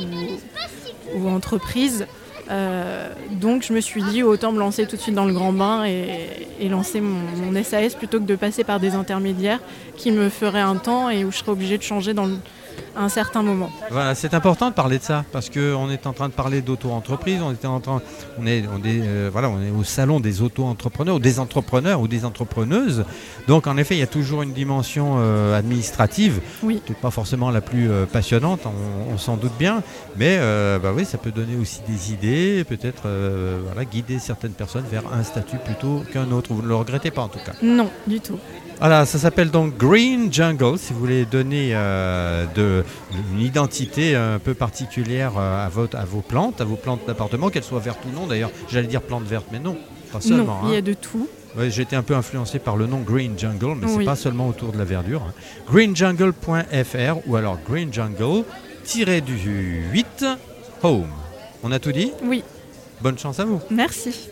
ou, ou entreprise. Euh, donc je me suis dit autant me lancer tout de suite dans le grand bain et, et lancer mon, mon S A S plutôt que de passer par des intermédiaires qui me feraient un temps et où je serais obligée de changer dans le- à un certain moment. Voilà, c'est important de parler de ça parce qu'on est en train de parler d'auto-entreprise, on, était en train, on, est, on, est, euh, voilà, on est au salon des auto-entrepreneurs ou des entrepreneurs ou des entrepreneuses. Donc en effet, il y a toujours une dimension euh, administrative, Oui. peut-être pas forcément la plus euh, passionnante, on, on s'en doute bien, mais euh, bah oui, ça peut donner aussi des idées, peut-être euh, voilà, guider certaines personnes vers un statut plutôt qu'un autre. Vous ne le regrettez pas en tout cas. Non, du tout. Voilà, ça s'appelle donc Green Jungle. Si vous voulez donner euh, de, une identité un peu particulière euh, à, votre, à vos plantes, à vos plantes d'appartement, qu'elles soient vertes ou non d'ailleurs. J'allais dire plantes vertes, mais non, pas seulement. non, il y hein. a de tout. Ouais, j'ai été un peu influencé par le nom Green Jungle, mais c'est Oui. pas seulement autour de la verdure. hein. green jungle point f r ou alors Green Jungle huit home. On a tout dit ? Oui, Bonne chance à vous. merci.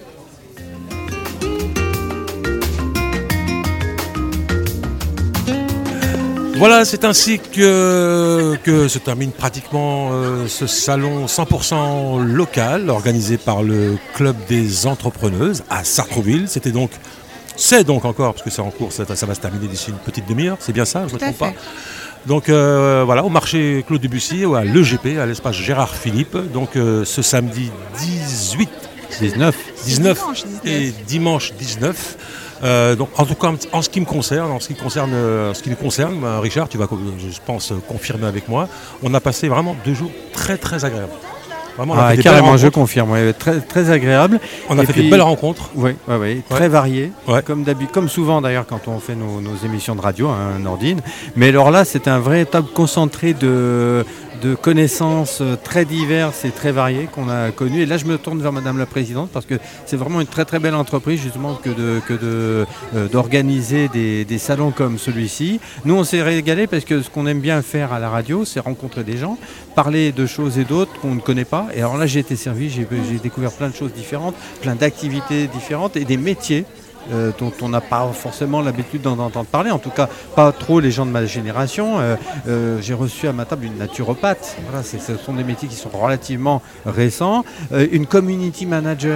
Voilà, c'est ainsi que, que se termine pratiquement euh, ce salon cent pour cent local organisé par le Club des Entrepreneuses à Sartrouville. C'était donc, c'est donc encore, parce que c'est en cours, ça, ça va se terminer d'ici une petite demi-heure, c'est bien ça, je ne me Tout à trompe pas. fait. Donc euh, voilà, au marché Claude Debussy, ou à l'E G P, à l'espace Gérard Philippe, donc euh, ce samedi dix-huit, dix-neuf. dix-neuf Dimanche dix-neuf. et dimanche dix-neuf. Euh, donc en tout cas en ce qui me concerne, en ce qui concerne, euh, ce qui me concerne, ben, Richard, tu vas, je pense, confirmer avec moi. On a passé vraiment deux jours très très agréables. Vraiment, on a Ah, fait des carrément, belles je rencontres. confirme. ouais, très, très agréable. On a Et fait puis- des belles rencontres. Oui, ouais, ouais, très Ouais. varié, Ouais. comme, d'habi- comme souvent d'ailleurs quand on fait nos, nos émissions de radio, hein, Nordine. Mais alors là, c'est un véritable concentré de, de connaissances euh, très diverses et très variées qu'on a connues. Et là, je me tourne vers Madame la Présidente parce que c'est vraiment une très très belle entreprise justement que de, que de, euh, d'organiser des, des salons comme celui-ci. Nous, on s'est régalé parce que ce qu'on aime bien faire à la radio, c'est rencontrer des gens, parler de choses et d'autres qu'on ne connaît pas. Et alors là, j'ai été servi, j'ai, j'ai découvert plein de choses différentes, plein d'activités différentes et des métiers euh, dont on n'a pas forcément l'habitude d'en entendre parler, en tout cas pas trop les gens de ma génération. Euh, euh, j'ai reçu à ma table une naturopathe, voilà, c'est, ce sont des métiers qui sont relativement récents, Euh, une community manager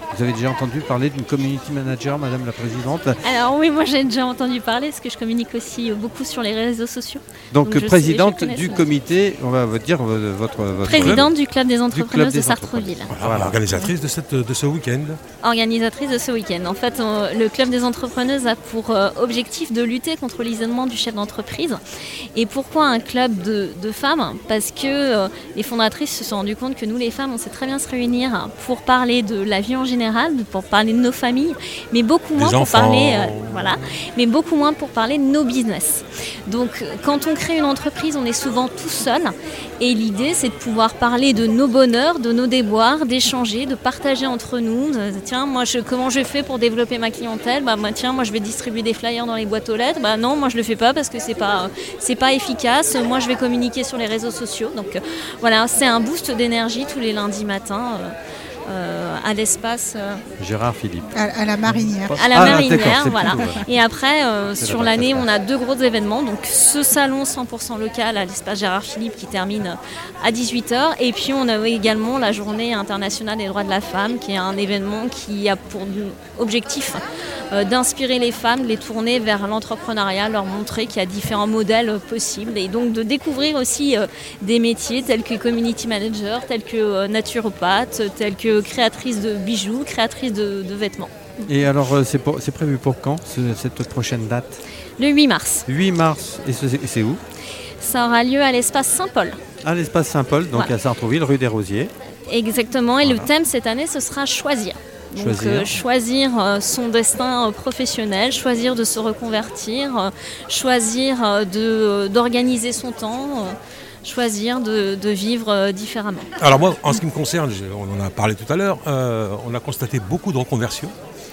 Vous avez déjà entendu parler d'une community manager, Madame la Présidente? Alors oui, moi j'ai déjà entendu parler, parce que je communique aussi beaucoup sur les réseaux sociaux. Donc, Donc présidente sais, du comité, on va vous dire votre... votre présidente club. du club des entrepreneuses club de des entrepreneuses. Sartreville. Voilà, voilà. Organisatrice de, cette, de ce week-end. Organisatrice de ce week-end. En fait, on, le club des entrepreneuses a pour euh, objectif de lutter contre l'isolement du chef d'entreprise. Et pourquoi un club de, de femmes? Parce que euh, les fondatrices se sont rendues compte que nous les femmes, on sait très bien se réunir pour parler de la vie en général, pour parler de nos familles, mais beaucoup moins Des pour enfants. parler, euh, voilà, mais beaucoup moins pour parler de nos business. Donc, quand on crée une entreprise, on est souvent tout seul, et l'idée, c'est de pouvoir parler de nos bonheurs, de nos déboires, d'échanger, de partager entre nous. De, tiens, moi, je, comment je fais pour développer ma clientèle? Bah, moi, tiens, moi, je vais distribuer des flyers dans les boîtes aux lettres. Bah, non, moi, je le fais pas parce que c'est pas, c'est pas efficace. Moi, je vais communiquer sur les réseaux sociaux. Donc, euh, voilà, c'est un boost d'énergie tous les lundis matins. Euh, Euh, à l'espace euh, Gérard Philippe. À, à la Marinière. à la Ah, Marinière, d'accord, c'est voilà. plutôt, voilà. Et après, euh, C'est sur là-bas, l'année, ça se on a deux gros événements. Donc, ce salon cent pour cent local à l'espace Gérard Philippe qui termine à dix-huit heures. Et puis, on a également la Journée internationale des droits de la femme, qui est un événement qui a pour objectif euh, d'inspirer les femmes, de les tourner vers l'entrepreneuriat, leur montrer qu'il y a différents modèles possibles. Et donc, de découvrir aussi euh, des métiers tels que community manager, tels que euh, naturopathe, tels que créatrice de bijoux, créatrice de, de vêtements. Et alors, euh, c'est, pour- c'est prévu pour quand, ce- cette prochaine date? Le huit mars, huit mars, et c'est, c'est où? ça aura lieu à l'espace Saint-Paul. À l'espace Saint-Paul, donc Voilà. à Sartrouville, rue des Rosiers. Exactement, et Voilà. le thème cette année, ce sera choisir. Donc Choisir. euh, choisir euh, son destin euh, professionnel, choisir de se reconvertir, euh, choisir euh, de, d'organiser son temps, euh, choisir de, de vivre euh, différemment. Alors moi, en ce qui me concerne, j'ai- on en a parlé tout à l'heure, euh, on a constaté beaucoup de reconversions.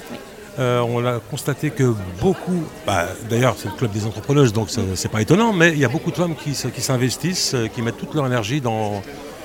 Euh, on a constaté que beaucoup, bah, d'ailleurs c'est le club des entrepreneuses, donc c'est, c'est pas étonnant, mais il y a beaucoup de femmes qui, s- qui s'investissent, euh, qui mettent toute leur énergie dans,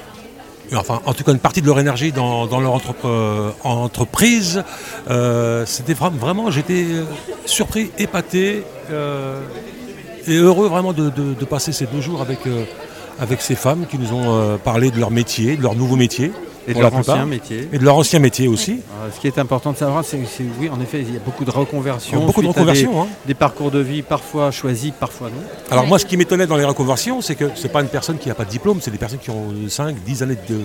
enfin en tout cas une partie de leur énergie dans, dans leur entrepre- euh, entreprise. Euh, c'était vra- vraiment, j'étais euh, surpris, épaté euh, et heureux vraiment de, de- de passer ces deux jours avec, euh, avec ces femmes qui nous ont euh, parlé de leur métier, de leur nouveau métier. Et de pour leur la plupart. ancien métier. Et de leur ancien métier aussi. Euh, ce qui est important de savoir, c'est que oui, en effet, il y a beaucoup de reconversions. Beaucoup de suite à reconversions. Des, hein. des parcours de vie parfois choisis, parfois non. Alors Ouais. moi, ce qui m'étonnait dans les reconversions, c'est que c'est pas une personne qui n'a pas de diplôme, c'est des personnes qui ont cinq, dix années de, de- de-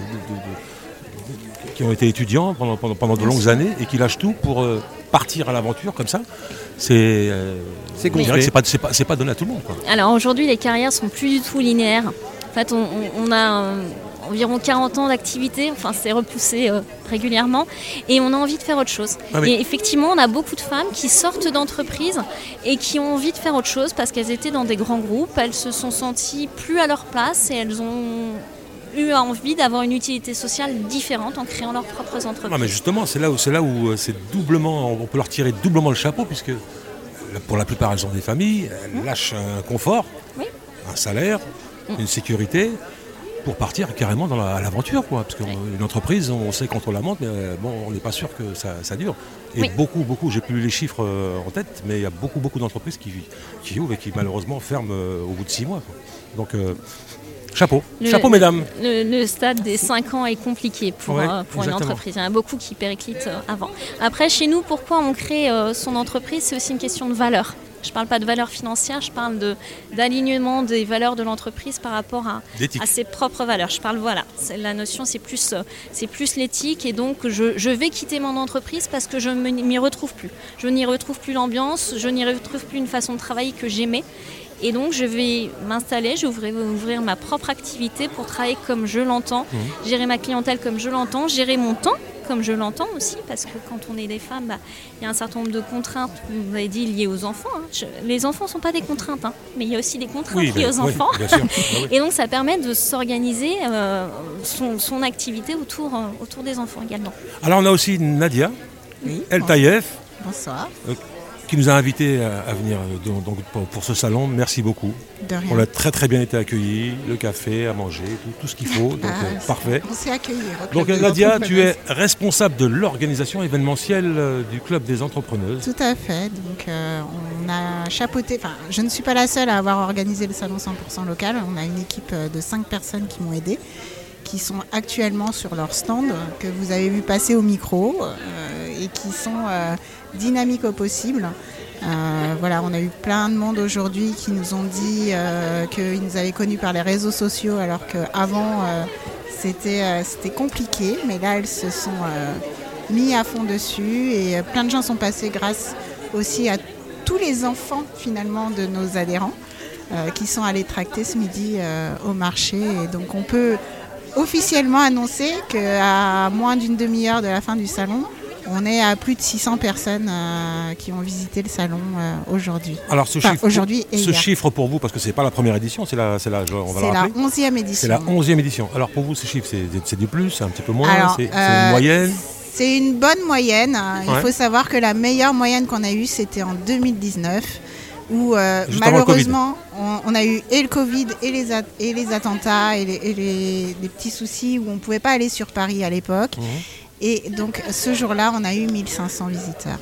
de- qui ont été étudiants pendant, pendant, pendant de longues années et qui lâchent tout pour euh, partir à l'aventure comme ça. C'est, euh, C'est on dirait complet. que c'est pas, c'est pas, c'est pas donné à tout le monde, quoi. Alors aujourd'hui, les carrières sont plus du tout linéaires. En fait, on, on- on a euh, environ quarante ans d'activité, enfin c'est repoussé euh, régulièrement, et on a envie de faire autre chose. Ah oui. Et effectivement, on a beaucoup de femmes qui sortent d'entreprises et qui ont envie de faire autre chose parce qu'elles étaient dans des grands groupes, elles se sont senties plus à leur place et elles ont eu envie d'avoir une utilité sociale différente en créant leurs propres entreprises. Non, mais justement, c'est là où, c'est là où euh, c'est doublement, on peut leur tirer doublement le chapeau, puisque euh, pour la plupart, elles ont des familles, elles lâchent un confort, Oui. un salaire, une sécurité, pour partir carrément dans la- à l'aventure, quoi. Parce qu'une entreprise, on sait quand on la monte, mais euh, bon, on n'est pas sûr que ça, ça dure. Et Oui. beaucoup, beaucoup, j'ai plus les chiffres euh, en tête, mais il y a beaucoup, beaucoup d'entreprises qui, qui ouvrent et qui malheureusement ferment euh, au bout de six mois, quoi. Donc, euh, chapeau, Le- chapeau, mesdames. Le, le stade des cinq ans est compliqué pour, Ouais, euh, pour une exactement. entreprise. Il y en a beaucoup qui périclitent euh, avant. Après, chez nous, pourquoi on crée euh, son entreprise? C'est aussi une question de valeur. Je ne parle pas de valeur financière, je parle de, d'alignement des valeurs de l'entreprise par rapport à, D'éthique. à ses propres valeurs. Je parle, voilà, c'est, la notion, c'est plus, euh, c'est plus l'éthique. Et donc, je, je vais quitter mon entreprise parce que je ne m'y retrouve plus. Je n'y retrouve plus l'ambiance, je n'y retrouve plus une façon de travailler que j'aimais. Et donc, je vais m'installer, je vais ouvrir, ouvrir ma propre activité pour travailler comme je l'entends, Mmh. gérer ma clientèle comme je l'entends, gérer mon temps comme je l'entends aussi, parce que quand on est des femmes, bah, il y a un certain nombre de contraintes, vous avez dit, liées aux enfants. hein. Je- les enfants ne sont pas des contraintes, hein, mais il y a aussi des contraintes liées ben, aux oui, enfants. bien sûr. Ah oui. Et donc, ça permet de s'organiser euh, son, son activité autour, euh, autour des enfants également. Alors, on a aussi Nadia Oui. El bon- Taïef, Bonsoir. qui nous a invités à, à venir euh, donc, donc, pour, pour ce salon. Merci beaucoup. De rien. On a très très bien été accueillis, le café, à manger, tout, tout ce qu'il faut, donc Ah, euh, c'est- parfait. On s'est accueillis. au Donc Club des Nadia, tu es Entrepreneuses. responsable de l'organisation événementielle euh, du Club des Entrepreneuses. Tout à fait. Donc, euh, on a chapeauté. Enfin, je ne suis pas la seule à avoir organisé le salon cent pour cent local. On a une équipe euh, de cinq personnes qui m'ont aidé. qui sont actuellement sur leur stand, que vous avez vu passer au micro, euh, et qui sont euh, dynamiques au possible. Euh, voilà, on a eu plein de monde aujourd'hui qui nous ont dit euh, qu'ils nous avaient connus par les réseaux sociaux, alors qu'avant euh, c'était, euh, c'était compliqué, mais là elles se sont euh, mis à fond dessus, et euh, plein de gens sont passés grâce aussi à tous les enfants finalement de nos adhérents euh, qui sont allés tracter ce midi euh, au marché, et donc on peut officiellement annoncer qu'à moins d'une demi-heure de la fin du salon, on est à plus de six cents personnes euh, qui ont visité le salon euh, aujourd'hui. Alors ce, enfin, chiffre, aujourd'hui et ce hier. chiffre pour vous, parce que c'est pas la première édition, c'est la, c'est la, on va c'est le la rappeler. onzième édition. C'est la onzième édition. Alors pour vous, ce chiffre, c'est, c'est du plus, c'est un petit peu moins, Alors, c'est, euh, c'est une moyenne. C'est une bonne moyenne. Il Ouais. faut savoir que la meilleure moyenne qu'on a eue, c'était en deux mille dix-neuf, où euh, Juste avant le malheureusement, on, on a eu et le Covid et les, at- et les attentats et, les, et les, les petits soucis où on ne pouvait pas aller sur Paris à l'époque. Mmh. Et donc ce jour-là, on a eu mille cinq cents visiteurs.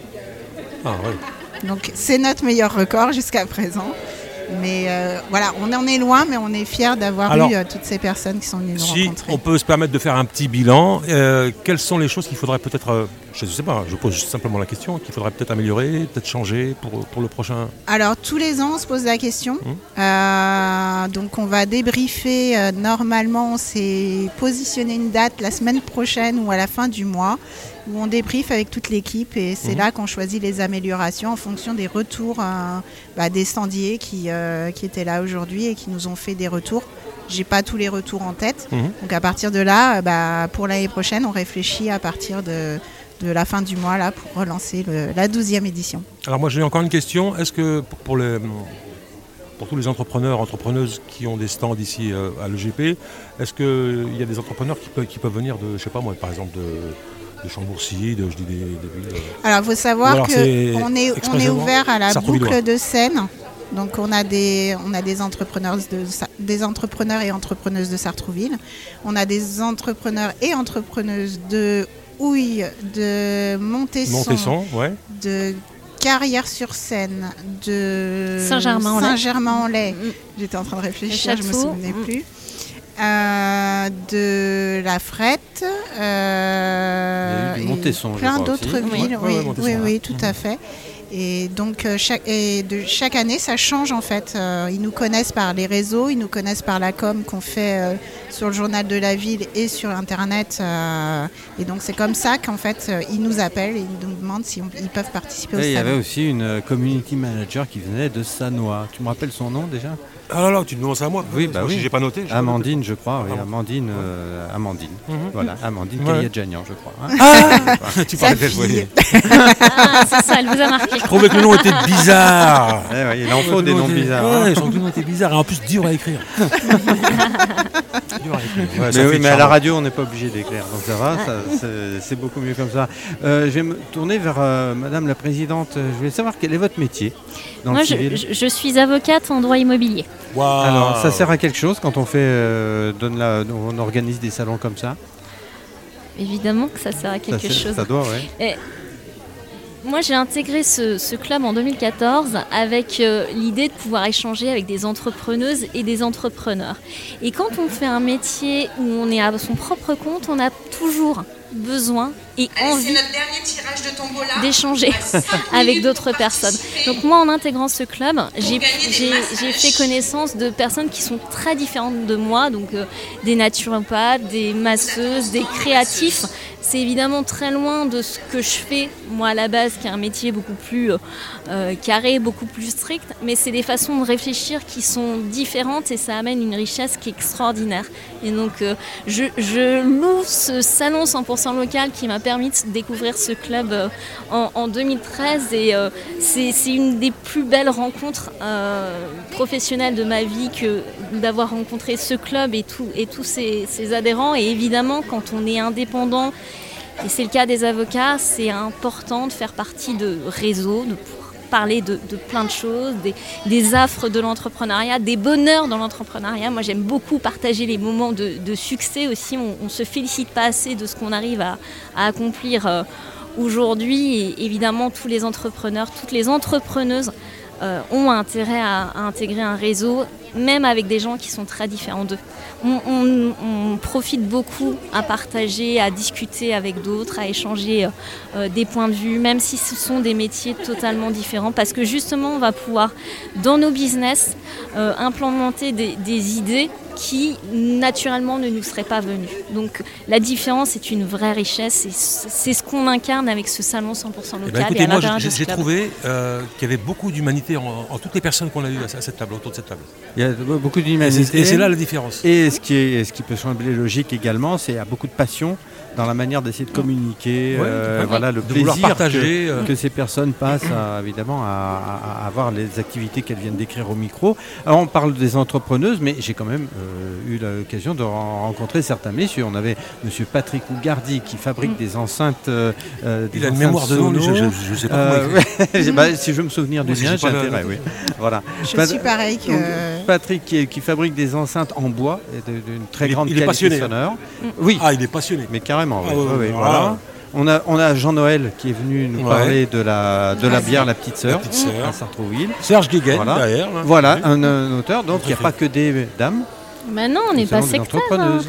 Ah ouais. Donc c'est notre meilleur record jusqu'à présent. Mais euh, voilà, on en est loin, mais on est fiers d'avoir Alors, eu euh, toutes ces personnes qui sont venues nous Si rencontrer. on peut se permettre de faire un petit bilan, euh, quelles sont les choses qu'il faudrait peut-être, euh, je ne sais pas, je pose simplement la question, qu'il faudrait peut-être améliorer, peut-être changer pour, pour le prochain. Alors tous les ans, on se pose la question. Mmh. Euh, donc on va débriefer. Euh, normalement, on s'est positionné une date la semaine prochaine ou à la fin du mois, où on débriefe avec toute l'équipe, et c'est Mmh. là qu'on choisit les améliorations en fonction des retours euh, bah, des standiers qui, euh, qui étaient là aujourd'hui et qui nous ont fait des retours. J'ai pas tous les retours en tête. Mmh. Donc à partir de là, euh, bah, pour l'année prochaine, on réfléchit à partir de, de la fin du mois là, pour relancer le, la douzième édition. Alors moi j'ai encore une question, est-ce que pour, pour les... Pour tous les entrepreneurs, entrepreneuses qui ont des stands ici euh, à l'E G P, est-ce qu'il y a des entrepreneurs qui peuvent, qui peuvent venir de, je sais pas moi, par exemple de, de Chambourcy, de, je dis des, des villes. euh, Alors il faut Ou savoir alors c'est qu'on est, on est expressément ouvert à la Sartrouville. boucle de Seine. Donc on a des, on a des entrepreneurs, de, des entrepreneurs et entrepreneuses de Sartrouville. On a des entrepreneurs et entrepreneuses de Houille, de Montesson, Montesson, ouais. de Carrière-sur-Seine, de Saint-Germain-en-Laye. Saint-Germain-en-Laye. Mm. J'étais en train de réfléchir, je me Château. souvenais Mm. plus. Euh, de La Frette, euh, Il y a eu du et Montesson, je plein crois d'autres aussi. villes. Ouais, ouais, oui, ouais, Montesson, oui, ouais. oui, tout à fait. Et donc euh, chaque, et de chaque année, ça change en fait. Euh, ils nous connaissent par les réseaux, ils nous connaissent par la com qu'on fait euh, sur le journal de la ville et sur Internet. euh, et donc c'est comme ça qu'en fait, euh, ils nous appellent et ils nous demandent si on- ils peuvent participer au Et il y salon. avait aussi une euh, community manager qui venait de Sanois. Tu me rappelles son nom déjà? Ah là là, tu demandes ça à moi. Oui, bah Moi, oui. si j'ai pas noté. j'ai Amandine, je crois. Oui, Pardon. Amandine. euh, Amandine. Mhm. Voilà, Amandine Ouais. Kayadjanian, je crois. hein. pas noté. Tu Sa parlais d'elle, fille. oui. Ah, c'est ça, elle vous a marqué. Je trouvais que le nom était bizarre. Eh ouais, il en faut des noms bizarres. hein. Ouais, son nom était bizarre et en plus dur à écrire. Dur à écrire. Ouais, Mais ça oui, fait mais à la charmant. radio, on n'est pas obligé d'écrire, donc ça va, ça, c'est, c'est beaucoup mieux comme ça. Euh, je vais me tourner vers euh, Madame la Présidente. Je voulais savoir quel est votre métier dans Moi, le je, civil. je- je suis avocate en droit immobilier. Waouh. Alors, ça sert à quelque chose quand on fait, euh, donne la, on organise des salons comme ça. Évidemment que ça sert à quelque ça, sert- chose. Ça doit, ouais. Moi, j'ai intégré ce, ce club en deux mille quatorze avec euh, l'idée de pouvoir échanger avec des entrepreneuses et des entrepreneurs. Et quand on fait un métier où on est à son propre compte, on a toujours besoin et envie d'échanger avec d'autres personnes. Donc moi, en intégrant ce club, j'ai, j'ai, j'ai fait connaissance de personnes qui sont très différentes de moi, donc euh, des naturopathes, des masseuses, des créatifs. C'est évidemment très loin de ce que je fais, moi à la base, qui est un métier beaucoup plus euh, carré, beaucoup plus strict, mais c'est des façons de réfléchir qui sont différentes et ça amène une richesse qui est extraordinaire. Et donc euh, je, je loue ce salon cent pour cent local qui m'a permis de découvrir ce club euh, en, en deux mille treize et euh, c'est, c'est une des plus belles rencontres euh, professionnelles de ma vie que d'avoir rencontré ce club et, tout, et tous ses, ses adhérents. Et évidemment, quand on est indépendant, et c'est le cas des avocats, c'est important de faire partie de réseaux, de pouvoir parler de, de plein de choses, des, des affres de l'entrepreneuriat, des bonheurs dans l'entrepreneuriat. Moi, j'aime beaucoup partager les moments de, de succès aussi. On ne se félicite pas assez de ce qu'on arrive à, à accomplir euh, aujourd'hui. Et évidemment, tous les entrepreneurs, toutes les entrepreneuses euh, ont intérêt à, à intégrer un réseau même avec des gens qui sont très différents d'eux. On, on, on profite beaucoup à partager, à discuter avec d'autres, à échanger euh, des points de vue, même si ce sont des métiers totalement différents, parce que justement, on va pouvoir, dans nos business, euh, implémenter des, des idées qui, naturellement, ne nous seraient pas venues. Donc, la différence est une vraie richesse et c'est ce qu'on incarne avec ce salon cent pour cent local. Eh ben, écoutez, et à moi, l'intérieur j'ai, de ce j'ai club. trouvé euh, qu'il y avait beaucoup d'humanité en, en toutes les personnes qu'on a eues à cette table, autour de cette table. Il y a beaucoup Et d'humanité. c'est, et c'est là la différence. Et ce qui, est, ce qui peut sembler logique également, c'est qu'il y a beaucoup de passion dans la manière d'essayer de communiquer, Ouais, euh, ouais, voilà, le de vouloir plaisir partager, que, euh. que ces personnes passent à, évidemment à, à- à avoir les activités qu'elles viennent décrire au micro. Alors on parle des entrepreneuses, mais j'ai quand même euh, eu l'occasion de ren- rencontrer certains messieurs. On avait Monsieur Patrick Ougardi qui fabrique des enceintes. Euh, euh, des Il a une enceintes mémoire de nom, sono. je ne sais pas Euh, comment écrire. ouais, bah, si je veux me souvenir du Moi, si mien, j'ai j'ai pas la- intérêt. Oui. Voilà. Je Pat- suis pareil que... donc, Patrick qui, qui fabrique des enceintes en bois et de- d'une très Il est- grande il est qualité passionné, hein. sonore. Oui, Ah, il est passionné. mais carrément. Ah oui. ouais, Oui, oui, ouais, voilà. voilà. On a, on a Jean-Noël qui est venu nous Ouais. parler de la, de la bière La Petite Sœur La Petite Sœur. à Sartrouville. Serge Guéguen, Voilà. derrière. là. Voilà, Oui. un, un auteur. Donc il n'y a Très pas que des dames. Mais non, on le n'est pas salon des sectaire. entrepreneuses.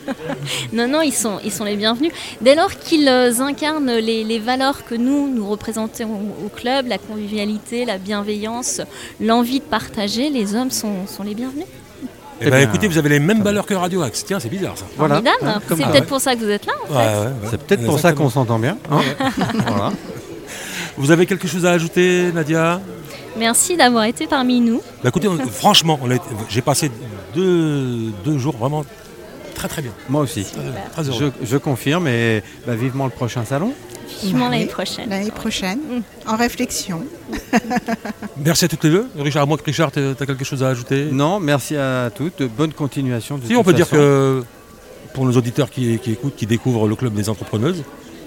Non, non, ils sont, ils sont les bienvenus. Dès lors qu'ils euh, incarnent les, les valeurs que nous, nous représentons au, au club, la convivialité, la bienveillance, l'envie de partager, les hommes sont, sont les bienvenus. Eh Eh ben, bien, écoutez, vous avez les mêmes valeurs que Radio Axe. Tiens, c'est bizarre ça. Voilà. Formidable. Hein, comme C'est ça. peut-être pour ça que vous êtes là, en fait. Ouais, ouais, ouais. C'est peut-être pour ça qu'on s'entend bien. hein. Voilà. Vous avez quelque chose à ajouter, Nadia? Merci d'avoir été parmi nous. Bah, écoutez, on- franchement, on a été- j'ai passé deux, deux jours vraiment très très bien. Moi aussi. Très Je, heureux. je confirme et bah, vivement le prochain salon. Vivement l'année Oui, prochaine. L'année prochaine, Mm. en réflexion. Merci à toutes les deux. Richard, à moi que Richard, tu as quelque chose à ajouter? Non, merci à toutes. Bonne continuation. De Si, on toute peut dire façon. que pour nos auditeurs qui, qui écoutent, qui découvrent le club des entrepreneuses,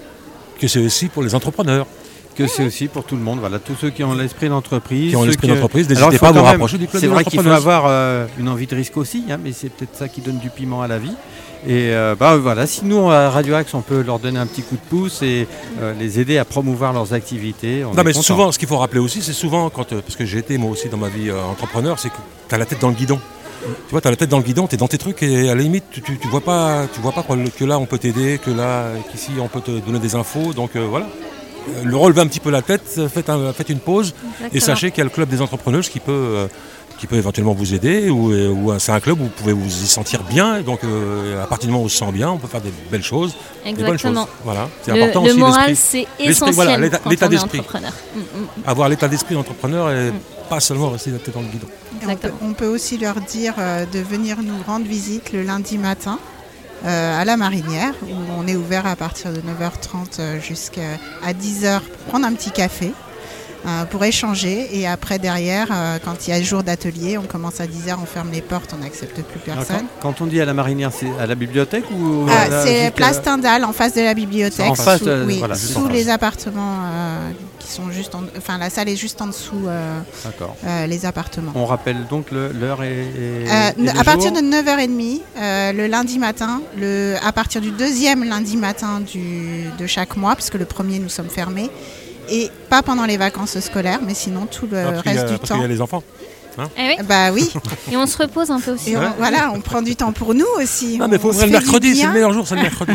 que c'est aussi pour les entrepreneurs que c'est aussi pour tout le monde. Voilà, tous ceux qui ont l'esprit d'entreprise. qui ont ceux l'esprit qui- d'entreprise. Alors, N'hésitez il pas à faut vous quand même- rapprocher du club C'est des vrai qu'il faut entrepreneuses. avoir euh, une envie de risque aussi, hein, mais c'est peut-être ça qui donne du piment à la vie. Et euh, bah, voilà, si nous, à Radio Axe, on peut leur donner un petit coup de pouce et euh, les aider à promouvoir leurs activités. On Non est mais content. souvent, ce qu'il faut rappeler aussi, c'est souvent, quand, euh, parce que j'ai été moi aussi dans ma vie euh, entrepreneur, c'est que tu as la tête dans le guidon. Tu vois, tu as la tête dans le guidon, tu es dans tes trucs et à la limite, tu, tu, tu vois pas, tu vois pas quoi, que là on peut t'aider, que là, qu'ici on peut te donner des infos. Donc euh, voilà. Euh, Le relevez un petit peu la tête, faites, un- faites une pause et Exactement. sachez qu'il y a le club des entrepreneuses qui peut, euh, qui peut éventuellement vous aider ou, euh, ou un- c'est un club où vous pouvez vous y sentir bien. Et donc euh, à partir du moment où on se sent bien, on peut faire des belles choses, des bonnes Exactement. choses. Voilà, c'est Le, important le aussi moral, l'esprit. c'est L'esprit, voilà, essentiel l'état- quand l'état on est d'esprit. entrepreneur. Mm, mm. Avoir l'état d'esprit d'entrepreneur et Mm. pas seulement rester la tête dans le guidon. Et On peut, Exactement. on peut aussi leur dire euh, de venir nous rendre visite le lundi matin euh, à la Marinière, où on est ouvert à partir de neuf heures trente euh, jusqu'à dix heures pour prendre un petit café, euh, pour échanger. Et après, derrière, euh, quand il y a jour d'atelier, on commence à dix heures, on ferme les portes, on n'accepte plus Alors, personne. quand, quand on dit à la Marinière, c'est à la bibliothèque ou Ah, à la- c'est jusqu'à- place Stendhal, en face de la bibliothèque, En face, sous, euh, oui, voilà, juste sous en face. les appartements euh, qui sont juste en... Enfin, la salle est juste en dessous euh, D'accord. euh, les appartements. On rappelle donc le- l'heure et, et- Euh, et le à partir jour de neuf heures trente, euh, le lundi matin, le, à partir du deuxième lundi matin du, de chaque mois, parce que le premier nous sommes fermés, et pas pendant les vacances scolaires, mais sinon tout le Parce qu'il y a- reste du parce qu'il y temps. a les enfants. Eh oui. Bah oui, Et on se repose un peu aussi. et on, voilà, on prend du temps pour nous aussi. Non mais il faut On ouvrir se le fait du mercredi, c'est bien. le meilleur jour, c'est le mercredi.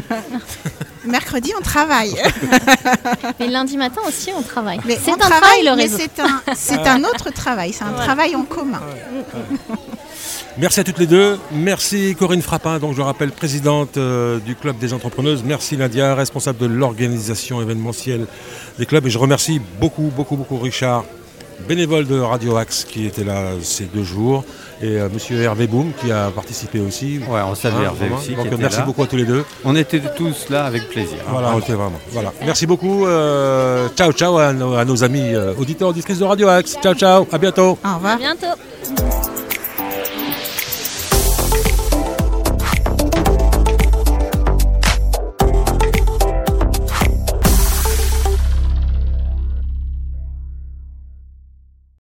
Mercredi, on travaille. Mais lundi matin aussi, on travaille. Mais C'est on un travaille, travail, le mais réseau. c'est un, c'est un autre travail, c'est un Voilà. travail en commun. Merci à toutes les deux. Merci Corinne Frappin, donc je rappelle présidente euh, du club des entrepreneuses. Merci Nadia, responsable de l'organisation événementielle des clubs. Et je remercie beaucoup, beaucoup, beaucoup Richard, bénévole de Radio Axe, qui était là ces deux jours. Et euh, monsieur Hervé Boum, qui a participé aussi. Ouais, on salue Hein, Hervé vraiment. aussi. Donc qui était merci là. beaucoup à tous les deux. On était tous là avec plaisir. hein, Voilà, on vraiment. était vraiment. Voilà. Merci beaucoup. euh, ciao, ciao à nos, à nos amis euh, auditeurs, auditrices de Radio Axe. Ciao, ciao. À bientôt. Au revoir. À bientôt.